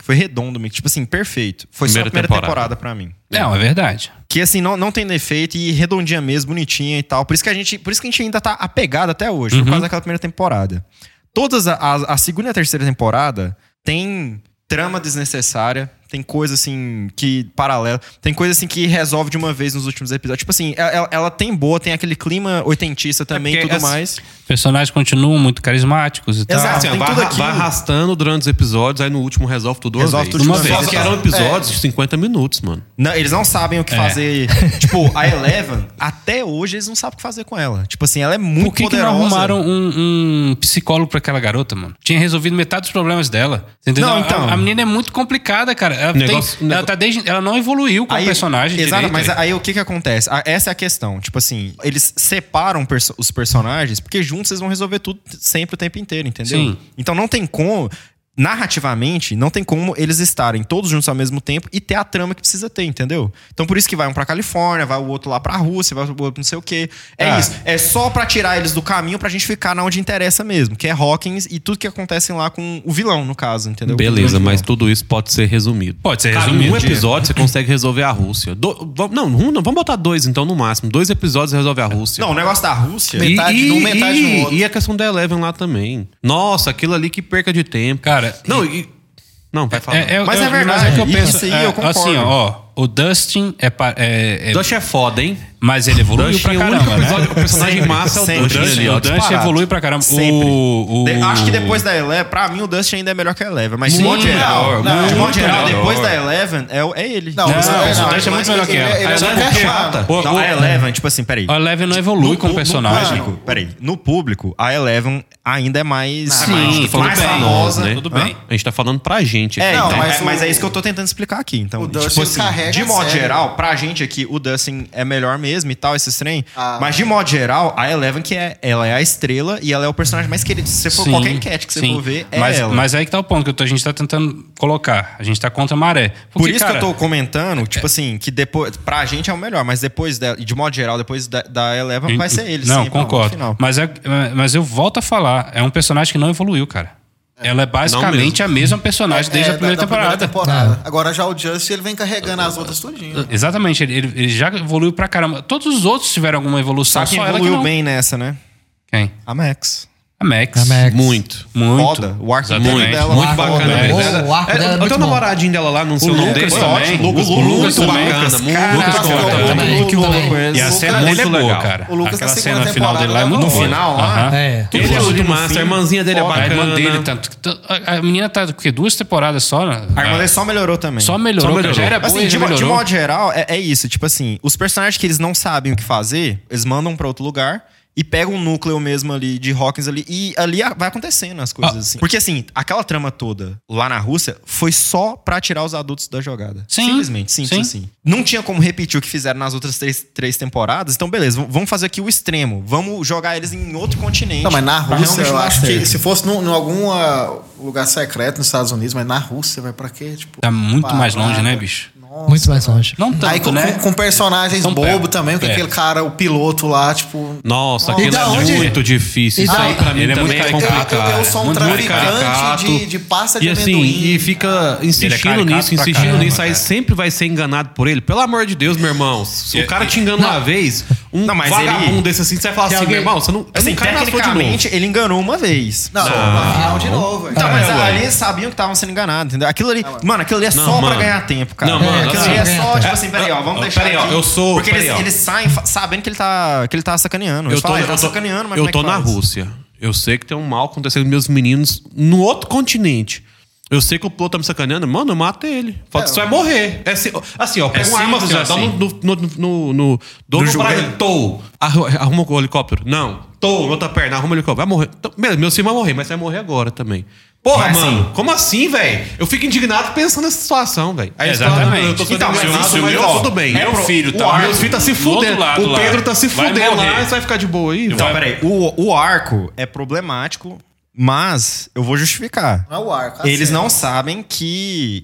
Foi redondo, tipo assim, perfeito. Foi Primeira só a primeira temporada. temporada pra mim. Não, é verdade. Que assim, não, não tem defeito e redondinha mesmo, bonitinha e tal. Por isso que a gente, por isso que a gente ainda tá apegado até hoje, Uhum. por causa daquela primeira temporada. Todas a, a, a segunda e a terceira temporada tem trama desnecessária, tem coisa assim que paralela, tem coisa assim que resolve de uma vez nos últimos episódios. Tipo assim, ela, ela tem boa, tem aquele clima oitentista também e porque tudo essa- mais. Personagens continuam muito carismáticos e tal. Exato. Assim, ó, tem vai, tudo arra- aquilo. vai arrastando durante os episódios, aí no último resolve tudo de uma Resolve vez. tudo de uma Só vez. que eram episódios de cinquenta minutos, mano. Não, eles não sabem o que É. fazer. Tipo, a Eleven, até hoje, eles não sabem o que fazer com ela. Tipo assim, ela é muito Por que, que poderosa. não arrumaram um, um psicólogo pra aquela garota, mano? Tinha resolvido metade dos problemas dela. Você entendeu? Não, A- então. a, a menina é muito complicada, cara. Ela, Negócio- tem, ela, tá desde, ela não evoluiu com o personagem Exato, direito. mas aí. aí o que que acontece? A- Essa é a questão. Tipo assim, eles separam perso- os personagens porque juntos eles vão resolver tudo sempre o tempo inteiro, entendeu? Sim. Então não tem como... Narrativamente, não tem como eles estarem todos juntos ao mesmo tempo e ter a trama que precisa ter, entendeu? Então por isso que vai um pra Califórnia, vai o outro lá pra Rússia, vai o outro não sei o quê. É Ah. isso. É só pra tirar eles do caminho pra gente ficar na onde interessa mesmo, que é Hawkins e tudo que acontece lá com o vilão, no caso, entendeu? Beleza, O mas vilão. tudo isso pode ser resumido. Pode ser Cara, resumido. em um episódio você consegue resolver a Rússia. Do- va- não, um não, vamos botar dois então no máximo. Dois episódios resolve a Rússia. Não, o negócio da Rússia... E, Metade e, num, metade e, no outro. e a questão da Eleven lá também. Nossa, aquilo ali que perca de tempo. Cara, Não, e... Não, vai falar. É, é, Mas é, é verdade, Mas é que eu penso, isso aí é, eu concordo. assim, ó, ó, o Dustin é, pa- é, é Dustin é foda, hein? mas ele evoluiu Dustin, pra o caramba, único né? episódio, o personagem Sempre, massa é o sempre. Dustin Dustin, ali, ó, o Dustin disparado. evolui pra caramba. Sempre. O, o... De- acho que depois da Eleven, pra mim o Dustin ainda é melhor que a Eleven. Mas de Sim, modo geral, melhor, não, de muito modo geral melhor. depois da Eleven é, o- é ele. Não, Não, mas- o não, Dustin é mas muito melhor que ele- ela. Ele é Sabe muito por quê? chata. O- Não, o- a Eleven, tipo assim, peraí. A Eleven não evolui como no- personagem. No público, peraí. No público, a Eleven ainda é mais, Sim, mais, tudo mais bem. famosa. né? Tudo bem. A gente tá falando pra gente. É, aqui. Não, então, mas é, mas o- é isso que eu tô tentando explicar aqui. Então, o Dustin tipo assim, carrega de a modo série. geral, pra gente aqui, o Dustin é melhor mesmo e tal, esses trem. Ah. Mas de modo geral, a Eleven que é, ela é a estrela e ela é o personagem mais querido. Se você for Sim, qualquer enquete que você sim. for ver, é mas, ela. mas aí que tá o ponto que eu tô- a gente tá tentando colocar. A gente tá contra a maré. Por Porque, isso cara, que eu tô comentando, tipo assim, que depois, pra gente é o melhor, mas depois, da, de modo geral, depois da, da Eleven vai ser ele. Não, sempre, no concordo. final. Mas, é, mas eu volto a falar, é um personagem que não evoluiu, cara. Ela é basicamente a mesma personagem desde É, a primeira da- da temporada. temporada. Agora já o Justin, ele vem carregando as outras tudinho. Exatamente, ele, ele- ele já evoluiu pra caramba. Todos os outros tiveram alguma evolução, Sabe quem só ela que evoluiu não. bem nessa, né? Quem? A Max. A Max. A Max. Muito. Muito. Foda. O arco Exatamente. dela Muito arco bacana. dela. mesmo. O arco É, dela é eu muito tenho um bom. namoradinho dela lá, não sei o, O nome Lucas dele. também. Ótimo. Lucas, O muito Lucas também. bacana. Lucas, Muito caraca, Lucas bacana. Conta também. Muito louco com ele. E a O cena Lucas- dele é muito boa, legal. cara. O Lucas Aquela na cena segunda final dele lá é muito temporada, boa. no final lá, Aham. É. Ele é muito massa. A irmãzinha dele é A bacana. irmã dele, tanto. tanto- A a menina tá o quê? Duas temporadas só? né? A irmã dele só melhorou também. Só melhorou. Só cara. melhorou. Já era boa Assim, e de, já mo- de melhorou. modo geral, é, é isso. Tipo assim, os personagens que eles não sabem o que fazer, eles mandam pra outro lugar e pegam um núcleo mesmo ali de Hawkins ali. E ali a- vai acontecendo as coisas, Ah. assim. Porque assim, aquela trama toda lá na Rússia foi só pra tirar os adultos da jogada. Sim. Simplesmente, simples Sim. assim. Não tinha como repetir o que fizeram nas outras três, três temporadas. Então, beleza, v- vamos fazer aqui o extremo. Vamos jogar eles em outro continente. Não, mas na pra Rússia, realmente eu dar acho que certo. se fosse num, em algum ah, lugar secreto nos Estados Unidos, mas na Rússia, vai pra quê? Tipo, Tá muito mais parada. longe, né, bicho? Nossa, Muito mais longe. Não tanto, Aí com, né? com, com personagens Tão bobo perto. também, porque É. aquele cara, o piloto lá, tipo. Nossa, E aquilo da é onde- muito difícil. E Isso da- aí pra mim Ele é também muito é caricato. Eu, eu, eu sou um complicado. Muito traficante caricato. de, de pasta de E assim, amendoim. e fica insistindo caricato nisso, pra insistindo caramba, nisso, aí cara. sempre vai ser enganado por ele. Pelo amor de Deus, meu irmão. Se o cara te engana uma vez, um Não, mas vagabundo ele- desse assim, você vai falar Tem assim, alguém- meu irmão, você não, Assim, não cai na sua de novo. tecnicamente, ele enganou uma vez. Não, no final de novo. velho. Então, mas É, ué. ali eles sabiam que estavam sendo enganados, entendeu? Aquilo ali, mano, aquilo ali é Não, só pra mano. ganhar tempo, cara. Não, mano, aquilo assim, ali é só, é, tipo assim, peraí, ó, vamos é, deixar peraí, ó, aqui. eu sou- Porque eles, peraí, ó. eles saem fa- sabendo que ele tá, que ele tá sacaneando. Eles Eu tô, falam, ah, eu ele tá tô, sacaneando, mas eu como é tô que na faz? Rússia. Eu sei que tem um mal acontecendo com meus meninos no outro continente. Eu sei que o piloto tá me sacaneando. Mano, eu mato ele. Fala que você vai morrer. É assim, assim, ó, pega uma arma simples assim, ó, dá assim. no, no, no, no, no, dou no braço, tô. Arru- Arruma o helicóptero. Não. Tô, outra perna, arruma o helicóptero. Vai morrer. Então, beleza, meu filho vai morrer, mas você vai morrer agora também. Porra, Mas mano, assim- como assim, velho? Eu fico indignado pensando nessa situação, velho. Aí eles falam, Exatamente. eu tô sendo Então, mas emocionado, isso, mas meu, ó, tudo bem. meu Eu- filho o tá Ar- Meus filhos tá se do outro fudendo. lado O lá. Pedro tá se Vai fudendo morrer. lá, você vai ficar de boa aí, Então, velho. peraí, o, o arco é problemático, mas eu vou justificar. Não é o arco. a Eles cena. não sabem que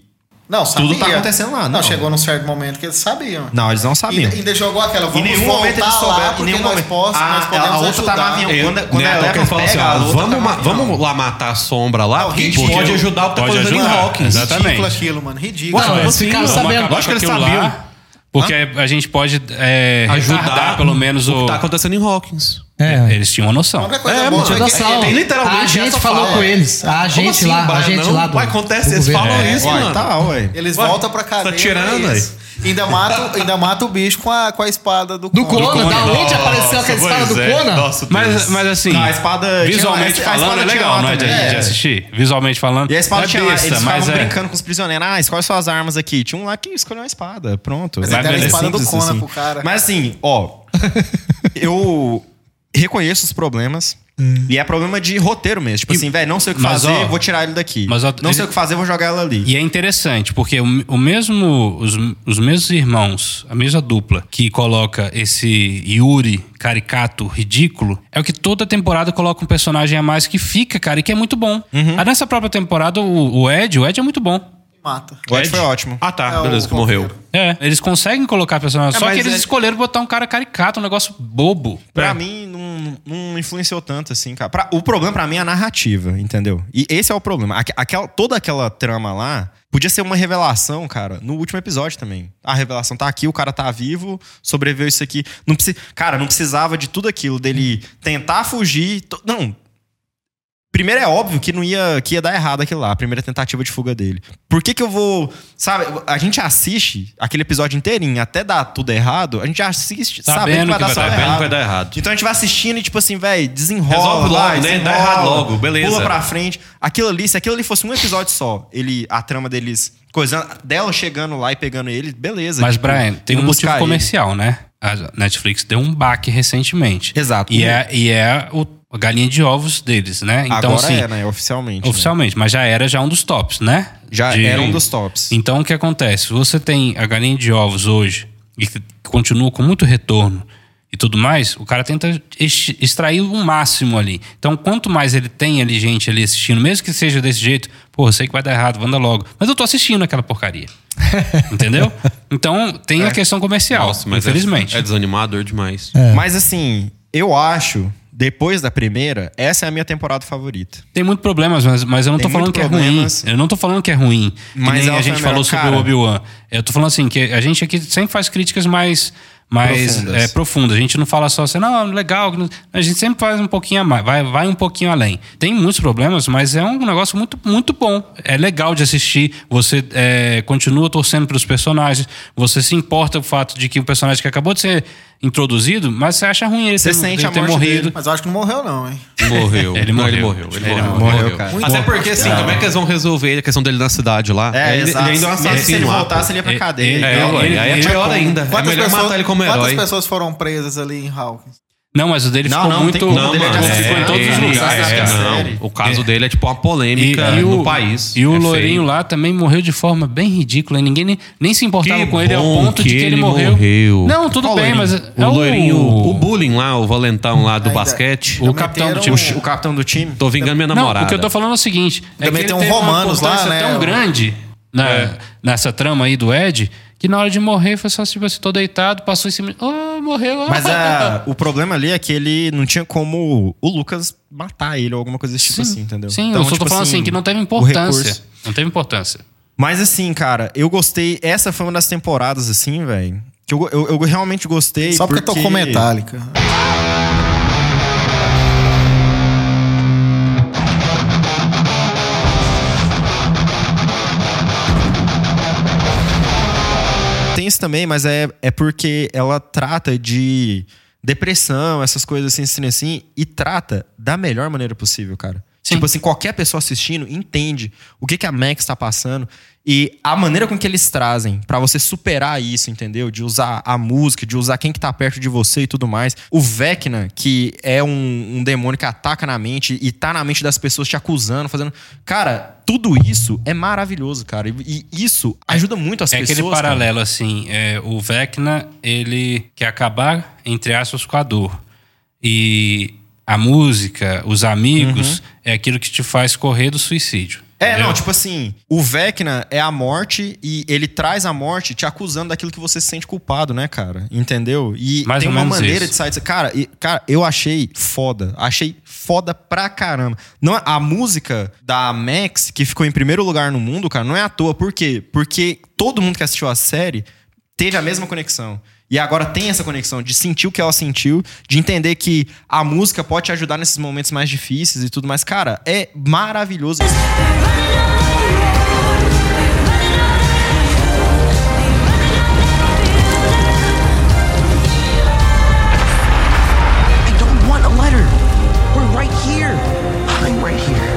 Não, sabia. Tudo tá acontecendo lá, Não, não. chegou num certo momento que eles sabiam. Não, eles não sabiam. Ainda, ainda jogou aquela, Em vamos nenhum voltar momento eles lá, souberam. Em porque nenhum nós, momento. poss- A, nós podemos a outra tá no ajudar. avião. Eu- Quando, quando né, a então que Eleven ele falou assim, pega, ó, a outra vamos, tá no ma- avião. vamos lá matar a sombra lá, Não, porque ridículo. pode ajudar o que tá Pode fazendo em ajudar, Hawkins. exatamente. Ridículo aquilo, mano. Ridículo. Não, eles ficaram vamos sabendo. acabar Lógico que com eles aquilo sabiam. lá, porque a gente pode é, Ajudar retardar pelo menos o que o... tá acontecendo em Hawkins. É. Eles tinham uma noção. A única coisa É, boa mano, é Tinha que- noção. tem literalmente A gente essa falou fala. com eles. A Como gente assim, lá, a Brian? gente Não, lá do. ué, acontece, do eles governo. falam É. isso, Ué, mano. tá, ué. Eles Ué, voltam pra cadeia. tá tirando, pra isso. Ainda mata, ainda mata o bicho com a, com a espada do Do Conan. Conan, da onde Nossa, apareceu aquela espada do pois é. Conan? Nossa, Mas, Deus. mas assim, Não, a espada tinha- visualmente a falando espada é tinha legal, lá não é de, também. de É. assistir. Visualmente falando, E a espada é tinha lá, besta, eles mas ficavam é... brincando com os prisioneiros. Ah, escolhe suas armas aqui. Tinha um lá que escolheu uma espada. Pronto. Mas É ele deram a bem espada do simples, Conan assim. pro cara. Mas assim, ó. Eu reconheço os problemas. E é problema de roteiro mesmo. Tipo assim, velho, não sei o que Mas, fazer, ó, vou tirar ele daqui. mas, ó, não sei ele- o que fazer, vou jogar ela ali. E é interessante, porque o, o mesmo, os, os mesmos irmãos, a mesma dupla, que coloca esse Yuri caricato, ridículo, é o que toda temporada coloca um personagem a mais que fica, cara, e que é muito bom. Uhum. Ah, nessa própria temporada, o, o Ed, o Ed é muito bom. Mata. O Ed foi ótimo. Ah, tá. É o Beleza, que coveiro. morreu. É, eles conseguem colocar personagens, É, só que mas eles é- escolheram botar um cara caricato, um negócio bobo. Pra É. mim, não, não influenciou tanto, assim, cara. Pra- o problema pra mim é a narrativa, entendeu? E esse é o problema. Aque- Aquela, toda aquela trama lá podia ser uma revelação, cara, no último episódio também. A revelação tá aqui, o cara tá vivo, sobreviveu isso aqui. Não precisa, cara, não precisava de tudo aquilo, dele tentar fugir. to- Não. Primeiro é óbvio que não ia, que ia dar errado aquilo lá, a primeira tentativa de fuga dele. Por que que eu vou... Sabe, a gente assiste aquele episódio inteirinho, até dar tudo errado, a gente assiste sabendo, Sabendo que vai que dar vai tudo dar- sabendo errado. que vai dar errado. Então a gente vai assistindo e tipo assim, velho, desenrola. Resolve logo, vai, né? Dá desenrola, errado logo, beleza. Pula pra frente. Aquilo ali, se aquilo ali fosse um episódio só, ele, a trama deles, coisando, dela chegando lá e pegando ele, beleza. Mas, tipo, Brian, tem um indo motivo buscar ele. comercial, né? A Netflix deu um baque recentemente. Exato. E é, e é o, a galinha de ovos deles, né? Então, Agora assim, é, né? Oficialmente. né? oficialmente, mas já era já um dos tops, né? Já De- era um dos tops. Então, o que acontece? Você tem a galinha de ovos hoje e que continua com muito retorno e tudo mais, o cara tenta ex- extrair o máximo ali. Então, quanto mais ele tem ali gente ali assistindo, mesmo que seja desse jeito, pô, eu sei que vai dar errado, manda logo. Mas eu tô assistindo aquela porcaria. Entendeu? Então, tem a questão comercial, Nossa, mas é- infelizmente. É, desanimador demais. Mas assim, eu acho, depois da primeira, essa é a minha temporada favorita. Tem muitos problemas, mas, mas eu não Tem tô falando muito que é problemas. ruim. Eu não tô falando que é ruim. Mas Mas nem ela a foi gente a falou melhor, sobre cara. o Obi-Wan. Eu tô falando assim, que a gente aqui sempre faz críticas mais, mais Profundas. é, profundas. A gente não fala só assim, não, legal. A gente sempre faz um pouquinho a mais, vai, vai um pouquinho além. Tem muitos problemas, mas é um negócio muito, muito bom. É legal de assistir. Você é, continua torcendo pelos personagens. Você se importa com o fato de que o personagem que acabou de ser introduzido, mas você acha ruim ele Você ter, sente ele a ter morte morrido. dele. Mas eu acho que não morreu, não, hein? Morreu. Ele Não, morreu. Ele morreu. Ele, Ele morreu. morreu, cara. Até porque, assim, como é que eles vão resolver a questão dele na cidade lá? É, ele, exato. ele ainda é um Mesmo se assassino ele lá. voltasse, ele ia pra Ele- cadeia. ele- É, ele- ué, ele- aí é ele- pior ainda. É Quantas melhor pessoas, matar ele como quantas herói. pessoas foram presas ali em Hawkins? Não, mas o dele Não, ficou não, muito. tem como. Não, dele mano, já é, ficou em todos os ele- lugares. é, da não. série. O caso dele é tipo uma polêmica E- e o- no país. E o É Lourinho feio. lá também morreu de forma bem ridícula. Ninguém nem, nem se importava Que com ele ao bom ponto de que que ele, ele morreu. morreu. Não, tudo Qual bem, Lourinho? mas. O é loirinho, o bullying lá, o valentão lá do Ainda- basquete. O capitão do meteram- time. O capitão do time. Tô vingando minha Não, namorada. o que eu tô falando é o seguinte: é Também que tem ele um teve uma Romanos lá, importância né? tão O- grande na- É. nessa trama aí do Ed que na hora de morrer foi só tipo assim, tô deitado, passou em cima. Oh, morreu. ah. Mas a, o problema ali é que ele não tinha como o Lucas matar ele ou alguma coisa desse tipo Sim, assim, entendeu? Sim, Então, eu só tipo tô falando assim, que não teve o importância. recurso. Não teve importância. Mas assim, cara, eu gostei. Essa foi uma das temporadas, assim, velho. Que eu, eu, eu realmente gostei. Só porque, tocou Metallica. Tem isso também, mas é, é porque ela trata de depressão, essas coisas assim, assim, assim, e trata da melhor maneira possível, cara. Sim. Tipo assim, qualquer pessoa assistindo entende o que, que a Max tá passando e a maneira com que eles trazem pra você superar isso, entendeu? De usar a música, de usar quem que tá perto de você e tudo mais. O Vecna, que é um, um demônio que ataca na mente e tá na mente das pessoas te acusando, fazendo... Cara, tudo isso é maravilhoso, cara. E, e isso ajuda muito as É pessoas. aquele cara. paralelo, assim, é, o Vecna, ele quer acabar, entre aspas, com a dor. E a música, os amigos, é aquilo que te faz correr do suicídio. É, entendeu? não, tipo assim, o Vecna é a morte e ele traz a morte te acusando daquilo que você se sente culpado, né, cara? Entendeu? E Mais tem ou uma menos maneira isso. de sair disso. Cara, e, cara, eu achei foda. Achei foda pra caramba. Não, a música da Max, que ficou em primeiro lugar no mundo, cara, não é à toa. Por quê? Porque todo mundo que assistiu a série teve a mesma conexão. E agora tem essa conexão de sentir o que ela sentiu, de entender que a música pode te ajudar nesses momentos mais difíceis e tudo mais. Cara, é maravilhoso. I don't want a letter. We're right here. I'm right here.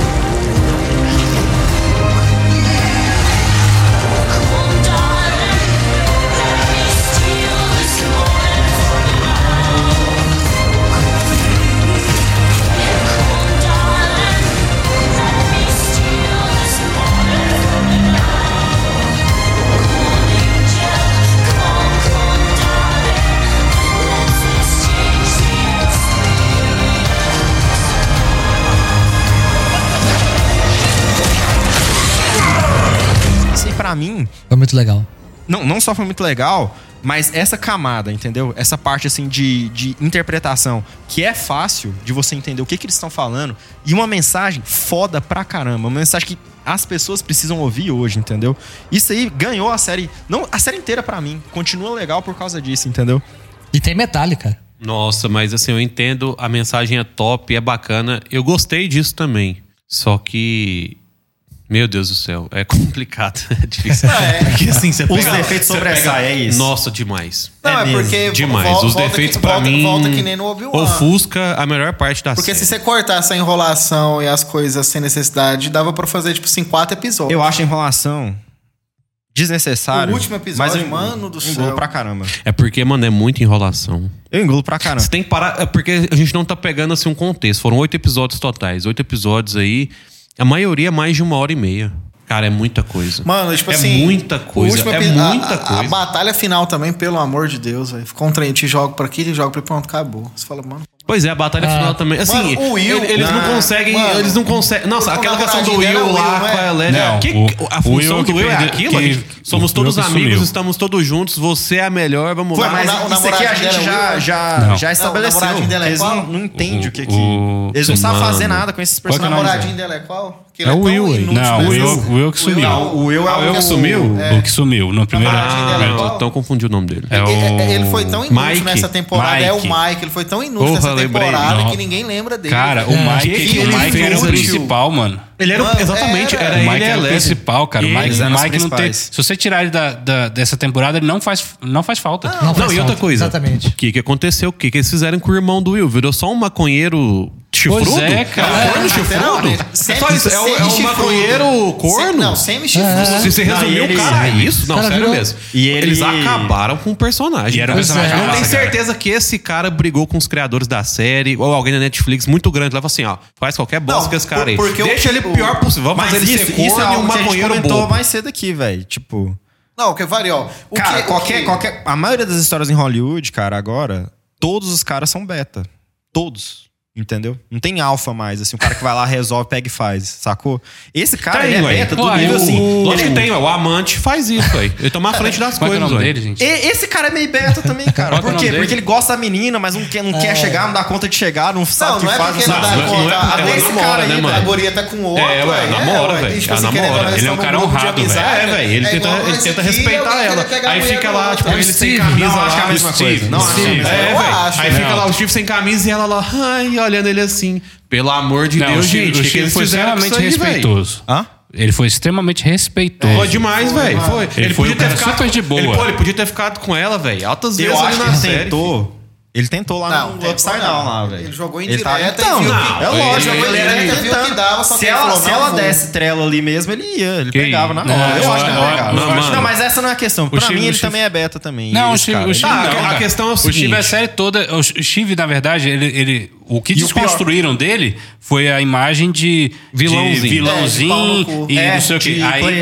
Isso aí, pra mim, Foi muito legal. não, não só foi muito legal, mas essa camada, entendeu? Essa parte, assim, de, de interpretação, que é fácil de você entender o que, que eles estão falando, e uma mensagem foda pra caramba. Uma mensagem que as pessoas precisam ouvir hoje, entendeu? Isso aí ganhou a série... Não, a série inteira pra mim. Continua legal por causa disso, entendeu? E tem Metallica. Nossa, mas assim, eu entendo, a mensagem é top, é bacana. Eu gostei disso também. Só que... Meu Deus do céu, é complicado. É difícil. Porque assim, você Os pega... defeitos você sobressaem, é isso. Nossa, demais. Não, É é, mesmo. porque Demais. vol- Os volta defeitos que, pra volta, mim... volta que nem no Obi-Wan. ofusca a melhor parte da Porque série. se você cortar essa enrolação e as coisas sem necessidade, dava pra fazer, tipo assim, quatro episódios. Eu acho a enrolação desnecessária. O último episódio, mas eu mano do engulo céu. pra caramba. É porque, mano, é muita enrolação. Eu engulo pra caramba. Você tem que parar... É porque a gente não tá pegando, assim, um contexto. Foram oito episódios totais. Oito episódios aí. A maioria é mais de uma hora e meia. Cara, é muita coisa. Mano, tipo é assim. muita o coisa. último É epi- muita a, a- coisa. A batalha final também, pelo amor de Deus, velho. Ficou um trem, te jogo pra aqui, te jogo pra pronto, acabou. Você fala, mano. Pois é, a batalha Ah. final também. Assim, Mano, o Will, ele- eles não na- conseguem. mano, eles não conseguem. Nossa, o aquela questão do namoradinho Will dela é o lá Will, com não é? a Lélia. Não, que- o- a o função Will do que Will é perdeu- aquilo, que- gente. Somos o todos Will que amigos, sumiu. estamos todos juntos. Você é a melhor, vamos Foi, lá. mas o isso aqui a namoradinho gente dela é já, Will? já, Não. já Não, estabeleceu. o namoradinho dela é Eles qual? não, não entendem o, que que... o- Eles não sabem Mano. fazer nada com esses Qual que é o O nome personagens. namoradinho dela é qual? Que É ele o tão Will aí. inútil, Não, né? o Will, o Will que sumiu. Não, o Will é Ah, o o Will que sumiu? O que sumiu. No primeiro. namoradinho dela é primeiro- qual? Então confundi o nome dele. É o- Ele, ele foi tão inútil Mike. nessa temporada. É o Mike. Mike. Ele foi tão inútil Porra, nessa lembrei. temporada Não. que ninguém lembra dele. Cara, o É. Mike, Que que o ele Mike era o fez? principal, mano. Ele era. Mano, exatamente, era. era, O ele Mike e a era o Leslie. principal, cara. O E Mike, eles o eram os Mike não tem. principais. Se você tirar ele da, da- dessa temporada, ele não faz, não faz falta. Não, Não, faz e outra falta. coisa. Exatamente. O que, que aconteceu? O que, que eles fizeram com o irmão do Will? Virou só um maconheiro chifrudo? Pois é, cara. É um corno É, chifrudo? literalmente. É só isso, é, o- é um Semi-chifrudo. maconheiro corno? Sem- Não, semi-chifrudo. Se você Não, resumiu e ele- o cara a isso, não, Cara, sério virou- mesmo. E ele- Eles acabaram com o personagem. E era um cara. personagem Não massa, tenho cara. certeza que esse cara brigou com os criadores da série ou alguém da Netflix muito grande. Leva assim, ó, faz qualquer bosta Não, com esse cara aí. por- porque o- Deixa ele o pior possível. Vamos Mas fazer ele isso, ser isso é corno e um algo que a gente maconheiro comentou bobo. mais cedo aqui, velho. Tipo... Não, que varia, ó. O Cara, que- o qualquer, que- qualquer... A maioria das histórias em Hollywood, cara, agora, todos os caras são beta. Todos. Entendeu? Não tem alfa mais, assim, o cara que vai lá, resolve, pega e faz, sacou? Esse cara, Tem, ele é ué. beta, do Ué, nível o- assim. Lógico ele- que tem, ué. O amante faz isso, aí. Ele toma a frente das Qual é, que é o coisas, nome ué. dele, gente? E- Esse cara é meio beta também, cara. Qual que é Por o quê? nome dele? Porque ele gosta da menina, mas não quer, não quer chegar, não dá conta de chegar, não sabe Não, o que não é faz. porque não não sabe. dá não é- conta. não é- A ela esse namora, cara né, aí, mano? a guria tá com outro. É, ué, é, namora, ué. velho. E, tipo Ela assim, querendo namora. ou não, Ele é um eles cara tão num grupo de honrado, velho. amizade. É, velho. Ele É tenta, igual ele esse tenta aqui, respeitar alguém ela. quer pegar a Aí mulher fica do lá, outro. tipo, É o ele sem Steve. camisa Não, lá. acho que é a mesma Steve. coisa. Não, Steve. acho que é a mesma É, coisa. velho. Eu acho, Aí não. fica lá o Steve sem camisa e ela lá, ai, olhando ele assim. Pelo amor de Não, Deus, o Steve, gente. o que que Steve eles foi fizeram com extremamente isso aí, velho? respeitoso. Hã? Ele foi extremamente respeitoso. Foi demais, velho. Foi. Ele foi um cara super de boa. Ele, pô, ele podia ter ficado com ela, velho. Altas vezes Eu ali acho que na ele série. tentou. Ele tentou lá Não, no tentou Upside não. Down lá, velho. Ele jogou Ele tá- indireta Então, e viu não, que... é lógico, Ele jogou ele era indireta e viu tentando. que dava, só que Se ele ela, falou, se não ela vou. desse trela ali mesmo, ele ia. Ele Que pegava na isso? hora. Não, eu acho que eu- ele eu- pegava. não, mano. Não, mas essa não é a questão. Pra Steve- mim, o ele Steve- também é beta também. Não, o esse Steve, cara. o Steve Tá, não, a cara. questão é o O Steve, seguinte. a série toda... O Steve, na verdade, ele... ele o que E o pior- desconstruíram dele foi a imagem de... Vilãozinho. De É, de pau no vilãozinho cu. e É, não sei o quê. de Aí... play-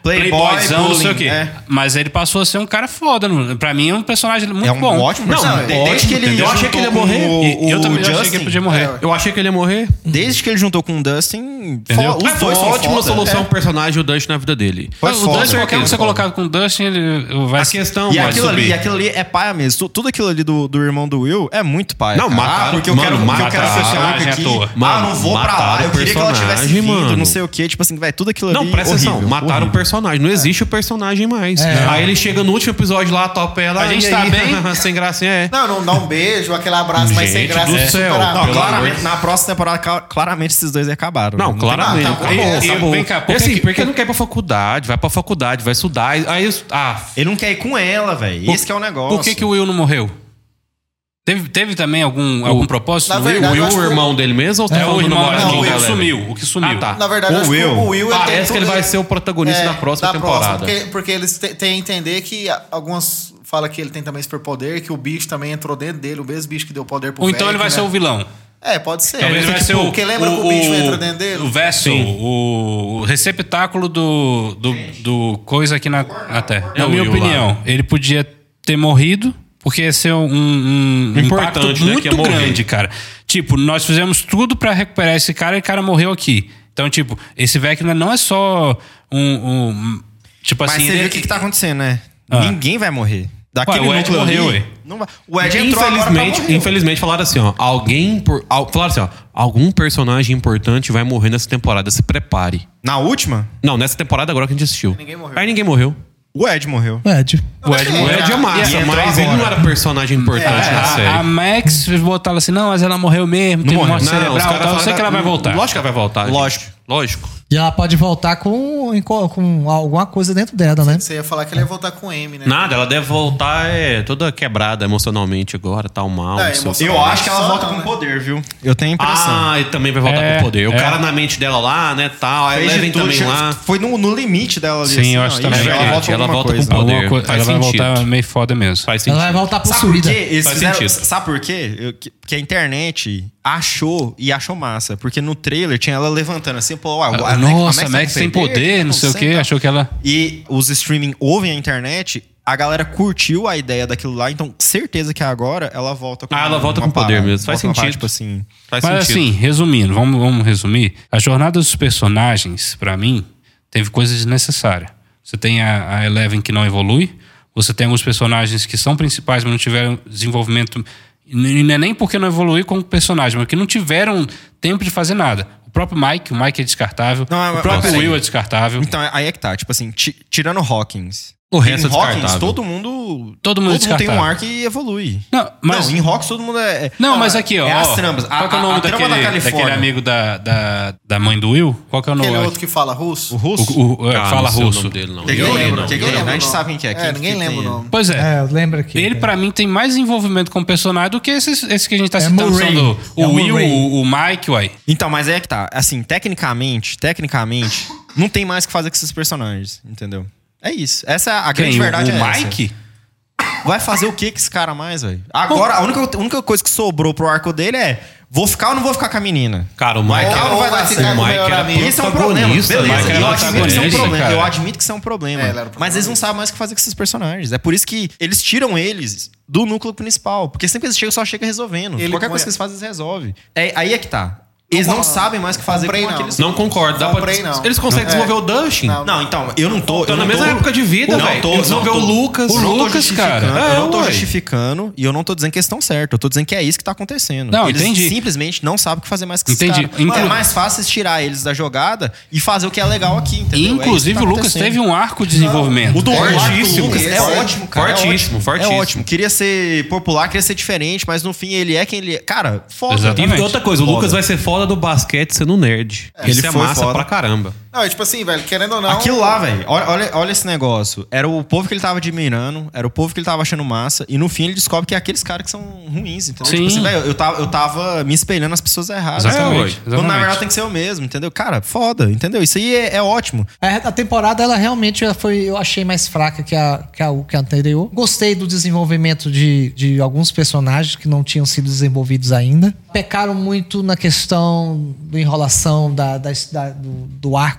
Playboy, playboyzão, não bullying, sei o quê. é. Mas ele passou a ser um cara foda. não- Pra mim é um personagem muito É um bom. ótimo Não, personagem. ótimo, Desde que ele entendeu? Eu achei que ele ia juntou morrer. com E eu o também achei que Justin, ele podia morrer. Eu achei que ele ia morrer. Desde que ele juntou com o Dustin, Entendeu? fo- os Mas foi dois uma são ótima foda. solução É. pro personagem o Dustin na vida dele. Foi o foda. Dustin, qualquer um que você foda. colocar com o Dustin, ele vai A questão E vai aquilo ali, subir. e aquilo ali é paia mesmo. Tu- Tudo aquilo ali do, do irmão do Will é muito paia. Não, cara. mataram- Ah, porque eu mano, quero, porque eu quero mataram ser a louco personagem aqui. à toa. Ah, Mano, não vou pra lá. mataram Eu o queria que ela tivesse personagem, vindo, mano. não sei o quê. Tipo assim, vai tudo aquilo ali. Não, presta horrível, atenção. Mataram horrível. o personagem. Não existe o personagem mais. Aí ele chega no último episódio lá, topa ela. A gente e tá aí, bem? sem gracinha, é. Não, não dá um beijo, aquele abraço, mas sem Gente graça. do é céu. super Não, Não, amigo. claramente, na próxima temporada, cla- claramente esses dois acabaram. Não, tem- claramente. tá, acabou, acabou. E- acabou. vem cá, por E assim, que- porque ele não quer ir pra faculdade, vai pra faculdade, vai estudar. Aí, ah, Ele não quer ir com ela, velho. Esse que é o negócio. Por que, que o Will não morreu? Teve, teve também algum, algum propósito Na no Will? verdade, o Will, eu acho o que irmão dele mesmo ou você É tá o falando do irmão namoradinho não, o o que da Eleven? sumiu, o que sumiu. Ah, tá. Na verdade, O acho que Will. o Will ele tem Parece que ele tudo- vai ser o protagonista É, da próxima da temporada. porque, porque eles te- têm a entender que algumas falam que ele tem também superpoder, que o bicho também entrou dentro dele, o mesmo bicho que deu poder pro Ou então Vec, ele vai né? ser o vilão. É, pode ser. Talvez ele vai Tipo, ser o. Porque lembra o, que o bicho o- entra dentro dele? O vessel, o, o receptáculo do, do, do coisa aqui na, na Terra. É Na o minha Will opinião, lá. ele podia ter morrido, porque ia ser um, um um Importante, impacto né, muito que ia morrer. grande, cara. Tipo, nós fizemos tudo pra recuperar esse cara e o cara morreu aqui. Então, tipo, esse Vecna não é só um. um tipo Mas assim. você ele- viu o que, que tá acontecendo, né? Ah. Ninguém vai morrer. Daquele Ué, o Ed núcleo morreu, ali, ué. não vai. O Ed entrou agora pra Infelizmente, morrer. infelizmente falaram assim, ó. Alguém. Por, al- falaram assim, ó. Algum personagem importante vai morrer nessa temporada. Se prepare. Na última, Não, nessa temporada agora que a gente assistiu. Ninguém morreu. Aí ninguém morreu. o Ed morreu. O Ed. O Ed O morreu. Ed é massa, E entrou mas ele agora. não era personagem importante na série. A, a Max botaram assim, não, mas ela morreu mesmo, teve morreu. morte Não, cerebral, os caras então eu sei falaram- que ela vai voltar. Lógico que ela vai voltar. Lógico. gente. Lógico. E ela pode voltar com, em co- com alguma coisa dentro dela, né? Você ia falar que ele ia voltar com o M, né? Nada, ela deve voltar é, toda quebrada emocionalmente agora, tal mal. Não, não sei o quê. emoção- Eu acho que ela Só volta não, com né? poder, viu? Eu tenho a impressão. Ah, e também vai voltar É, com poder. O é. cara na mente dela lá, né, tal. Aí Fez de Eleven tudo, também chega- lá. Foi no, no limite dela ali. Sim, assim, eu ó, acho e também. ela Verdade, volta, ela alguma volta com coisa. poder. Alguma coisa- Faz ela vai sentido. voltar meio foda mesmo. Faz Ela sentido. vai voltar Sabe por possuída. quê? Eles Faz fizeram- sentido. Sabe por quê? Eu- que- Porque a internet achou e achou massa. Porque no trailer tinha ela levantando assim, pô, ué, a, Ah, Nossa, a Max tá tem com poder, não sei o quê, tá? achou que ela... E os streaming ouvem a internet, a galera curtiu a ideia daquilo lá, então certeza que agora ela volta com Ah, ela volta uma com poder parada. mesmo. Faz Volta com uma parada, sentido. Tipo assim. Faz Mas sentido. assim, resumindo, vamos, vamos resumir. A jornada dos personagens, pra mim, teve coisa desnecessária. Você tem a, a Eleven que não evolui, você tem alguns personagens que são principais, mas não tiveram desenvolvimento. E não é nem porque não evoluiu como personagem, mas que não tiveram tempo de fazer nada. O próprio Mike, o Mike é descartável. Não, o mas- próprio mas- Will é descartável. Então, aí é que tá. Tipo assim, ti- tirando Hawkins. O resto em é Hawkins, descartável. todo mundo. Todo mundo é tem um descartável. arco e evolui. Não, mas- Não, em Hawkins todo mundo é. é- Não, mas aqui, ó. É ó, as tramas. Qual A, que é o a- nome a trama daquele, da Califórnia. daquele amigo da, da, da mãe do Will? Qual que é o nome? Aquele outro que fala russo? O russo? O, o- é, Ah, fala não sei o russo. nome dele, não. Que que Ninguém eu lembra, lembro? não. Que que eu Ninguém lembro? A gente lembra o sabe quem que é. nome. Quem É, que ninguém tem- lembra o nome. Pois é. É, eu lembro aqui. Ele, pra mim, tem mais envolvimento com o personagem do que esses, esses que a gente tá É citando. Murray. São do, o É Will, Murray. o, o Mike, uai. Então, mas aí é que tá. Assim, tecnicamente, tecnicamente, não tem mais o que fazer com esses personagens, entendeu? É isso. Essa é a grande Quem? verdade. o é essa. Mike? Vai fazer o que com esse cara mais, velho? Agora, a única, a única coisa que sobrou pro arco dele é: vou ficar ou não vou ficar com a menina? Cara, o Mike Ou- era, ou vai o ficar com o Mike melhor era amigo. Isso é um problema. protagonista, Beleza, Mike era eu admito que isso é um protagonista, problema. cara. Eu admito que isso é um problema. É, ele era o Mas eles não sabem mais o que fazer com esses personagens. É por isso que eles tiram eles do núcleo principal. Porque sempre que eles chegam, só chega resolvendo. Ele Qualquer com- coisa que eles fazem, eles resolvem. É, aí é que tá. Eles não Não, sabem mais o que fazer comprei, com não. aqueles... Não concordo. Dá pra- Comprei, não. Eles conseguem É. desenvolver o Dustin. Não. Não, então, eu não tô... Estão eu na não mesma tô- época de vida, Não velho. tô, Eles desenvolveu o não tô- Lucas. Eu não tô Lucas, justificando, cara. eu não tô É, ué. justificando e eu não tô dizendo que eles estão certos. Eu tô dizendo que é isso que tá acontecendo. Não, eles entendi. simplesmente não sabem o que fazer mais com esses Entendi. caras. Inclu- É mais fácil tirar eles da jogada e fazer o que é legal aqui, entendeu? É isso que Inclusive, tá o Lucas acontecendo. teve um arco de desenvolvimento. O do Fortíssimo. Lucas é Fortíssimo. ótimo, cara. Fortíssimo, é ótimo. fortíssimo. É ótimo. Queria ser popular, queria ser diferente, mas no fim ele é quem ele é. Cara, foda. Exatamente. E outra coisa, o Foda. Lucas vai ser foda do basquete sendo nerd. Ele Isso é foi massa foda. pra caramba. Não, é tipo assim, velho, querendo ou não... Aquilo lá, velho, olha, olha, olha esse negócio. Era o povo que ele tava admirando, era o povo que ele tava achando massa, e no fim ele descobre que é aqueles caras que são ruins, entendeu? Sim. Tipo assim, velho, eu tava, eu tava me espelhando nas pessoas erradas. Exatamente, É, exatamente. Quando na verdade tem que ser eu mesmo, entendeu? Cara, foda, entendeu? Isso aí é, é ótimo. É, a temporada, ela realmente ela foi, eu achei mais fraca que a, que a, que a anterior. Gostei do desenvolvimento de, de alguns personagens que não tinham sido desenvolvidos ainda. Pecaram muito na questão da enrolação da, da, da- do, do arco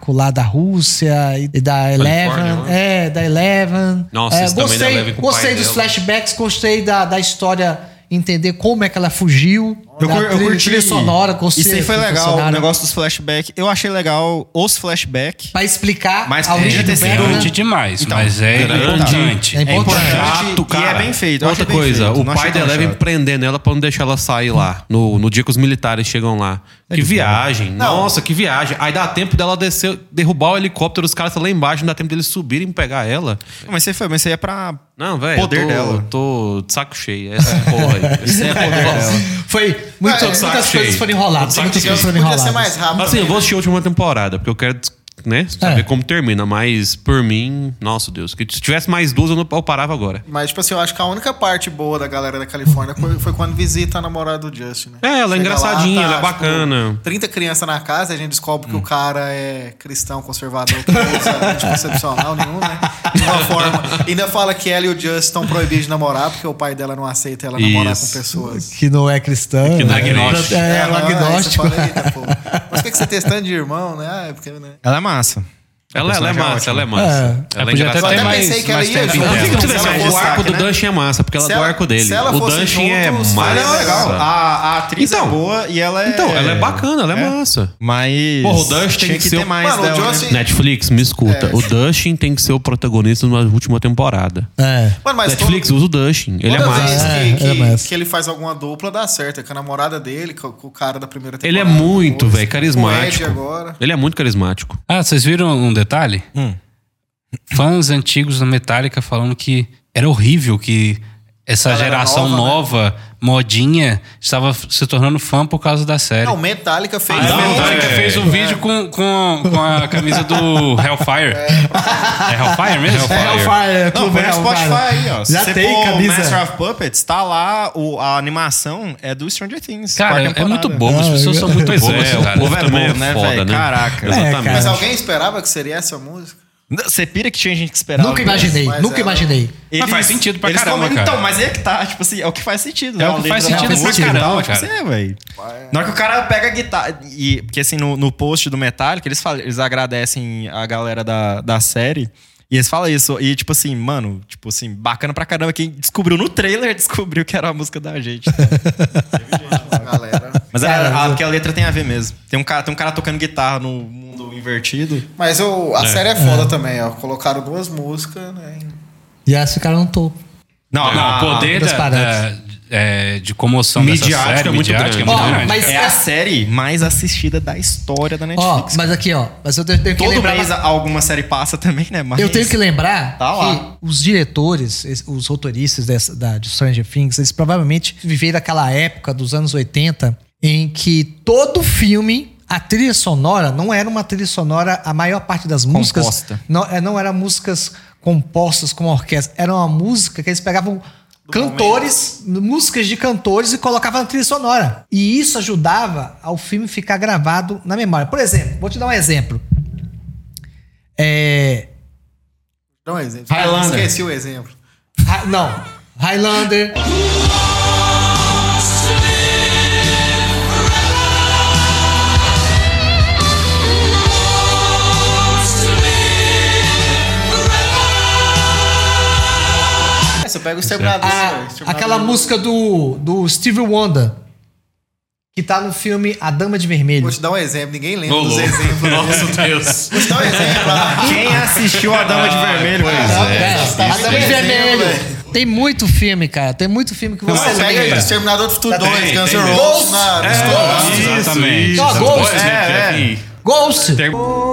arco lá da Rússia e da Eleven. É, da Eleven. Nossa, é, esse também da gostei, Eleven com o gostei pai dos dela. flashbacks, gostei da, da história, entender como é que ela fugiu. Eu, da cur- eu trilha- curti. trilha sonora, gostei. Isso aí foi legal, o funcionaram. negócio dos flashbacks. Eu achei legal os flashbacks. Pra explicar Mas a origem podia do ter sido- Batman. Grande demais, Então, mas é grande. importante. É importante. Chato, cara. E é bem feito. eu Outra achei bem coisa, feito, o não pai achei tão dela vem chato. prendendo ela pra não deixar ela sair lá. No, no dia que os militares chegam lá. Que viagem. Nossa, que viagem. Aí dá tempo dela descer, derrubar o helicóptero, os caras estão lá embaixo, não dá tempo deles subirem e pegar ela. Mas isso aí foi, mas isso aí é pra Não, velho. Poder eu tô, dela. tô de saco cheio. Essa porra aí. Isso aí é poder dela. Foi muito, É, muitas saco coisas cheio. foram enroladas. Saco Muitas cheio. coisas foram Podia ser enroladas. mais rápido. Assim, eu também. vou assistir a última temporada, porque eu quero, né, saber É. como termina. Mas, por mim, nossa Deus, que se tivesse mais duas, eu, não, eu parava agora. Mas, tipo assim, eu acho que a única parte boa da galera da Califórnia foi, foi quando visita a namorada do Justin, né? É, ela é Chega engraçadinha, lá, ela é bacana. trinta crianças na casa, a gente descobre que o cara é cristão, conservador, que não usa anticoncepcional nenhum, né? De uma forma. Ainda fala que ela e o Justin estão proibidos de namorar, porque o pai dela não aceita ela namorar Isso. com pessoas. Que não é cristão. Que não é né? agnóstico. É, é um não, aí você agnóstico. fala, "Eita, pô, mas por que que você testando de irmão, né? Ah, é porque, né? Ela é massa. Ela, ela é personagem é massa, ótima. ela é massa. É. Ela é podia até Eu ter até mais, pensei que ela mais ia tempo junto. dela. Por que que Tipo Se assim, ela o fosse arco do destaque, né? Dustin é massa, porque ela Se é do ela- arco dele. se ela O fosse Dustin é juntos, massa. ela Ela é legal. A, a atriz Então. é boa e ela é. Então, ela é bacana, ela é, massa. Mas. Porra, o Dustin tinha tem que que ser ter o- mais Mano, o dela. Justin- né? Netflix, me escuta. É. O Dustin tem que ser o protagonista na última temporada. É. Mano, mas Netflix todo- usa o Dustin. Ele é Toda massa. vez É, que, ele é que- massa. que ele faz alguma dupla, dá certo. É com a namorada dele, com, com o cara da primeira Ele temporada. é muito, depois, velho, com carismático. o Ed agora. Ele é muito carismático. Ah, vocês viram um detalhe? Fãs antigos da Metallica falando que era horrível que essa Galera geração nova, né? nova, modinha, estava se tornando fã por causa da série. Não, Metallica fez. A um- Metallica fez um vídeo com, com, com a camisa do Hellfire. É, Hellfire mesmo? É Hellfire, Não, Clube põe no Hellfire. Spotify aí, ó. Se Já você tem pôr camisa. Master of Puppets, tá lá, o, a animação é do Stranger Things. Cara, quarta é temporada. muito bobo. As pessoas são muito Pois bobas, é, o cara. povo é também bobo, é né, foda, velho? né? Caraca. Exatamente. cara. Mas alguém esperava que seria essa música? Você pira que tinha gente que esperava. Nunca imaginei, Mas nunca ela- imaginei. Mas faz sentido pra eles caramba, comentam- cara. Então, mas é que tá, tipo assim, é o que faz sentido, né? É o A que faz letra da sentido pra música e caramba, tal, tipo cara. assim, é, velho. Na hora que o cara pega a guitarra. E, porque assim, no, no post do Metallica, eles, falam, eles agradecem a galera da, da série. E eles falam isso. E, tipo assim, mano, tipo assim, bacana pra caramba. Quem descobriu no trailer descobriu que era a música da gente. Galera. Mas é, Cara, a, eu- porque a letra tem a ver mesmo. Tem um cara, tem um cara tocando guitarra no mundo invertido. Mas o, a série é foda também, ó. Colocaram duas músicas, né? E elas ficaram no topo. Não, Não, o poder das da, paradas. da- é, de comoção Midiático dessa série é muito midiática grande. é muito Ó, grande. mas- É a série mais assistida da história da Ó, Netflix. mas aqui, ó. Mas eu tenho tenho que Todo lembrar. mês alguma série passa também, né? Mas Eu tenho que lembrar Tá que lá. os diretores, es- os roteiristas dessa, da, de Stranger Things, eles provavelmente viveram aquela época dos anos oitenta em que todo filme, a trilha sonora não era uma trilha sonora, a maior parte das músicas Composta. não, é, não eram músicas compostas com orquestra, era uma música que eles pegavam cantores, músicas de cantores e colocavam na trilha sonora. E isso ajudava ao filme ficar gravado na memória. Por exemplo, vou te dar um exemplo. É, Dá um exemplo. Highlander. Esqueci o exemplo. Hi- não, Highlander. É, você pega o Exterminador. A- velho, Exterminador. aquela música do, do Stevie Wonder, que tá no filme A Dama de Vermelho. Vou te dar um exemplo, ninguém lembra Ô, dos louco. exemplos. Nossa, Deus. Vou te dar um exemplo. ah. Quem assistiu a Dama de Vermelho? pois cara? é. É, tá A Dama de sem Vermelho. exemplo, Tem muito filme, cara. Tem muito filme que você Você pega aí, lembra. Exterminador do Futuro Tem, dois, tem Guns N' mesmo. Roses, na É, Exterminador. isso, Exatamente. isso. Ó, Ghost. Pode ser, É, Jeff. Ghost. Tem-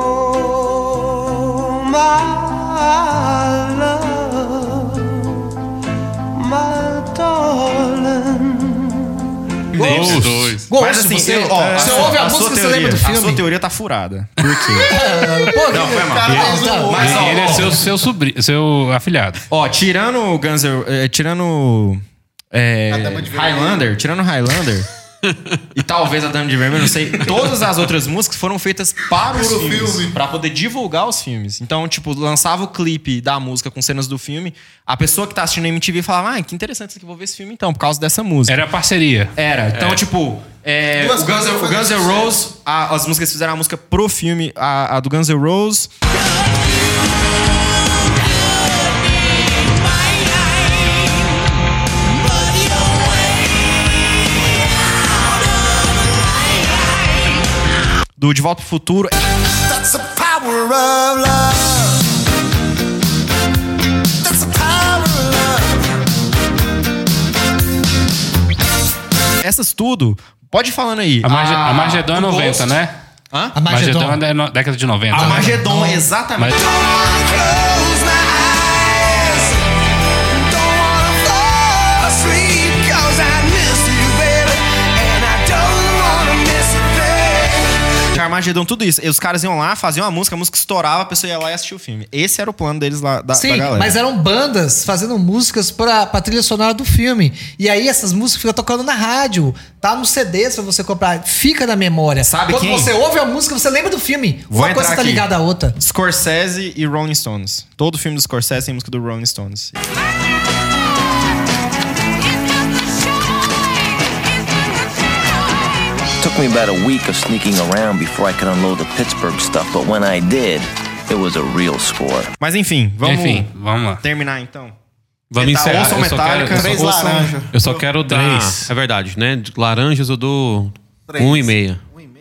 Ghost. dois. Ghost, Mas assim, você, eu, ó, você a ouve sua- a, a sua música, você teoria- lembra do A sua filme. teoria tá furada. Por quê? Pô, Não, foi mal. Cara, mas Não, o- Mas, ó, Ele é ó, seu, seu sobrinho, seu afilhado. Ó, tirando o Guns N' eh, tirando é, A Dama de Vermelho. Highlander, tirando Highlander, e talvez a Dama de Vermelho, não sei. Todas as outras músicas foram feitas para os Pro filmes. filme. Pra poder divulgar os filmes. Então, tipo, lançava o clipe da música com cenas do filme. A pessoa que tá assistindo a M T V falava, ah, que interessante isso aqui, vou ver esse filme então, por causa dessa música. Era parceria. Era. Então, tipo, é, Duas o Guns, coisas o fazem Guns N' sucesso. Roses, a- as músicas fizeram a música pro filme, a, a do Guns N' Roses. Do De Volta pro Futuro. That's the power of love. That's the power of love. Essas tudo. Pode ir falando aí. A, Marge, Ah, a Margedon é do noventa, Ghost. né? Hã? A Magedon. Margedon é no- década de noventa. A né? Magedon, exatamente. Mas- Close my eyes. Don't wanna fall asleep 'cause I miss you, baby. And I don't wanna miss a thing. Armagedon, tudo isso. E os caras iam lá, faziam uma música, a música estourava, a pessoa ia lá e assistia o filme. Esse era o plano deles lá, da, Sim, da galera. mas eram bandas fazendo músicas pra, pra trilha sonora do filme. E aí essas músicas ficam tocando na rádio. Tá no C D pra você comprar. Fica na memória. Sabe Quando quem? você ouve a música, você lembra do filme. Vou Uma coisa entrar tá aqui. ligada à outra. Scorsese e Rolling Stones. Todo filme do Scorsese tem música do Rolling Stones. Took me about a week of sneaking around before I could unload the Pittsburgh stuff, but when I did, it was a real score. Mas enfim, vamos Enfim, vamos lá. terminar então. Vamos Metal- encerrar. ouçam Eu só Metallica, quero- Três ouçam- laranjas. Eu só quero dar. Três. É verdade, né? De laranjas eu dou Três. um e meia.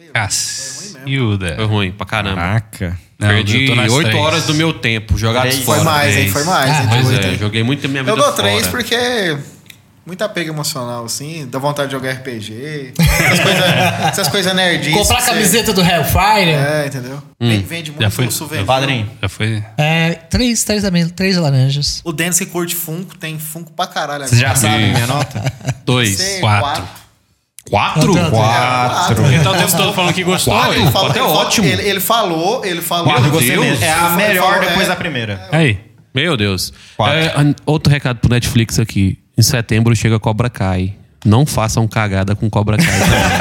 Cacilda. Foi ruim pra caramba. Caraca. Não, Perdi eu tô nas oito três. horas do meu tempo jogado Três. fora. Foi mais, hein? Três. Foi mais. Ah, hein? Pois Oito, é, hein? joguei muito da minha vida Eu dou fora. três porque muito apego emocional, assim. Dá vontade de jogar R P G. Essas coisas essas coisas nerdinhas. Comprar a que você- camiseta do Hellfire. É, entendeu? Vende- Vende muito Já foi. souvenir. Padrinho. Já foi. É, três, três, também, três laranjas. O Dennis que curte Funko, tem Funko pra caralho. Vocês já agora. sabem minha nota? Dois. Sei, Quatro. Quatro? Quatro. Quatro. Então o tempo todo falando que gostou. Quatro? Ele falou, Até ele falou- ótimo. Ele, ele falou, ele falou. Meu Gostei Deus. mesmo. É a Ele melhor falou, depois é. da primeira. Aí. Meu Deus. Quatro. É, an- outro recado pro Netflix aqui. Em setembro chega Cobra Kai. Não façam cagada com Cobra Kai.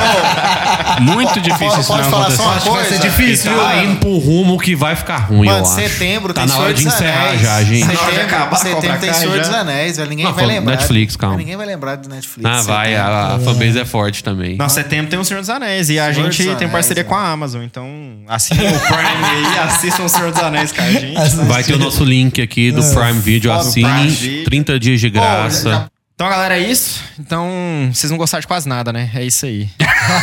Muito difícil Pode, isso pode não falar acontecer. só uma Acho que vai coisa? ser difícil, Tá viu, indo pro rumo que vai ficar ruim, Mano, eu acho. setembro Tá tem na hora Senhor de dos encerrar Anéis. já, gente. Na hora de Setembro, acabar setembro Cobra tem Kai Senhor já. dos Anéis, velho. Ninguém Não, vai falando lembrar. Netflix, calma. Ninguém vai lembrar do Netflix. Ah, vai. setembro. A, a fanbase é forte também. Não, setembro tem o Senhor dos Anéis. E a Senhor gente dos tem Anéis, parceria é. com a Amazon. Então, assinem o Prime aí, assistam o Senhor dos Anéis com a gente. Vai ter o nosso link aqui do Prime Video. foda, Assine. Prime Video. trinta dias de Pô, graça. já- Então, galera, é isso. Então, vocês não gostaram de quase nada, né? É isso aí.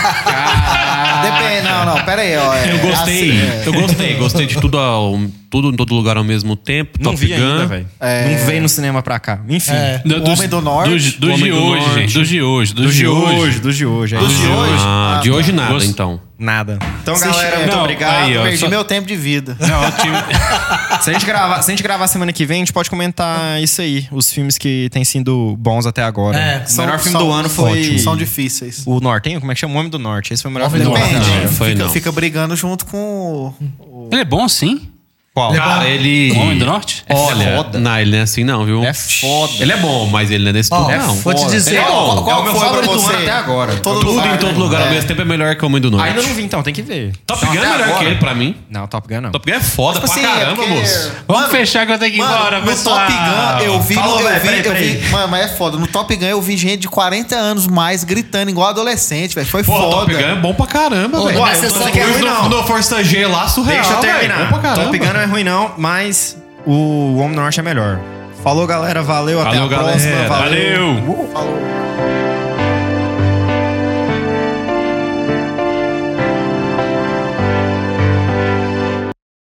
Depende, não, não, pera aí, ó. é, Eu gostei. assim, é. Eu gostei. Gostei de tudo, ao, tudo em todo lugar ao mesmo tempo. Não Top vi Gun. ainda, velho. Não veio no cinema pra cá. Enfim. É. Do- O dos- Homem do Norte. Dos, dos Homem de do hoje, Norte. gente. Dos de hoje. Dos Dos de de hoje. hoje, dos de hoje. É Dos isso. de hoje? Ah, Ah, de hoje tá. nada, Gost- então. Nada. Então, Assisti- galera, muito Não, obrigado. aí, ó. Perdi só- meu tempo de vida. Não, o time... Se a, gente gravar, se a gente gravar semana que vem, a gente pode comentar isso aí. Os filmes que têm sido bons até agora. É, o melhor filme do ano foi Ótimo. São difíceis. o Nortenho. Como é que chama? O Homem do Norte. Esse foi o melhor Homem filme do do ano. Norte. Depende. Não, foi fica, não. fica brigando junto com o. Ele é bom, sim. Qual? Cara, ele. O Homem do Norte? Olha, foda. não, ele não é assim, não, viu? É foda. Ele é bom, mas ele não é desse Ó, tudo, é não. vou te dizer, Ele é ó, bom. É o meu foi pra favorito do você? ano até agora. Todo Tudo lugar, em todo né? lugar ao É. mesmo tempo é melhor que o Homem do Norte. Ainda não vi, então. Tem que ver. Top Então, Gun é até melhor agora- que ele pra mim. Não, Top Gun não. Top Gun é foda Tipo pra assim, é caramba, porque- moço. Vamos Mano, fechar que eu tenho que ir Mano, embora, no pessoal. Top Gun, eu vi, Falou, no, eu velho, vi, peraí, eu peraí. vi, mano, mas é foda. No Top Gun eu vi gente de quarenta anos mais gritando igual adolescente, velho. Foi Pô, foda. Top Gun é bom pra caramba, Ô, velho. mas eu você tô sabe dizendo que é ruim, No, não. no Força G lá, surreal, Deixa eu velho. terminar. Bom pra caramba. Top Gun não é ruim, não, mas o Homem do Norte é melhor. Falou, galera. Valeu. Até Valeu, a próxima. galera. Valeu. Valeu. Falou.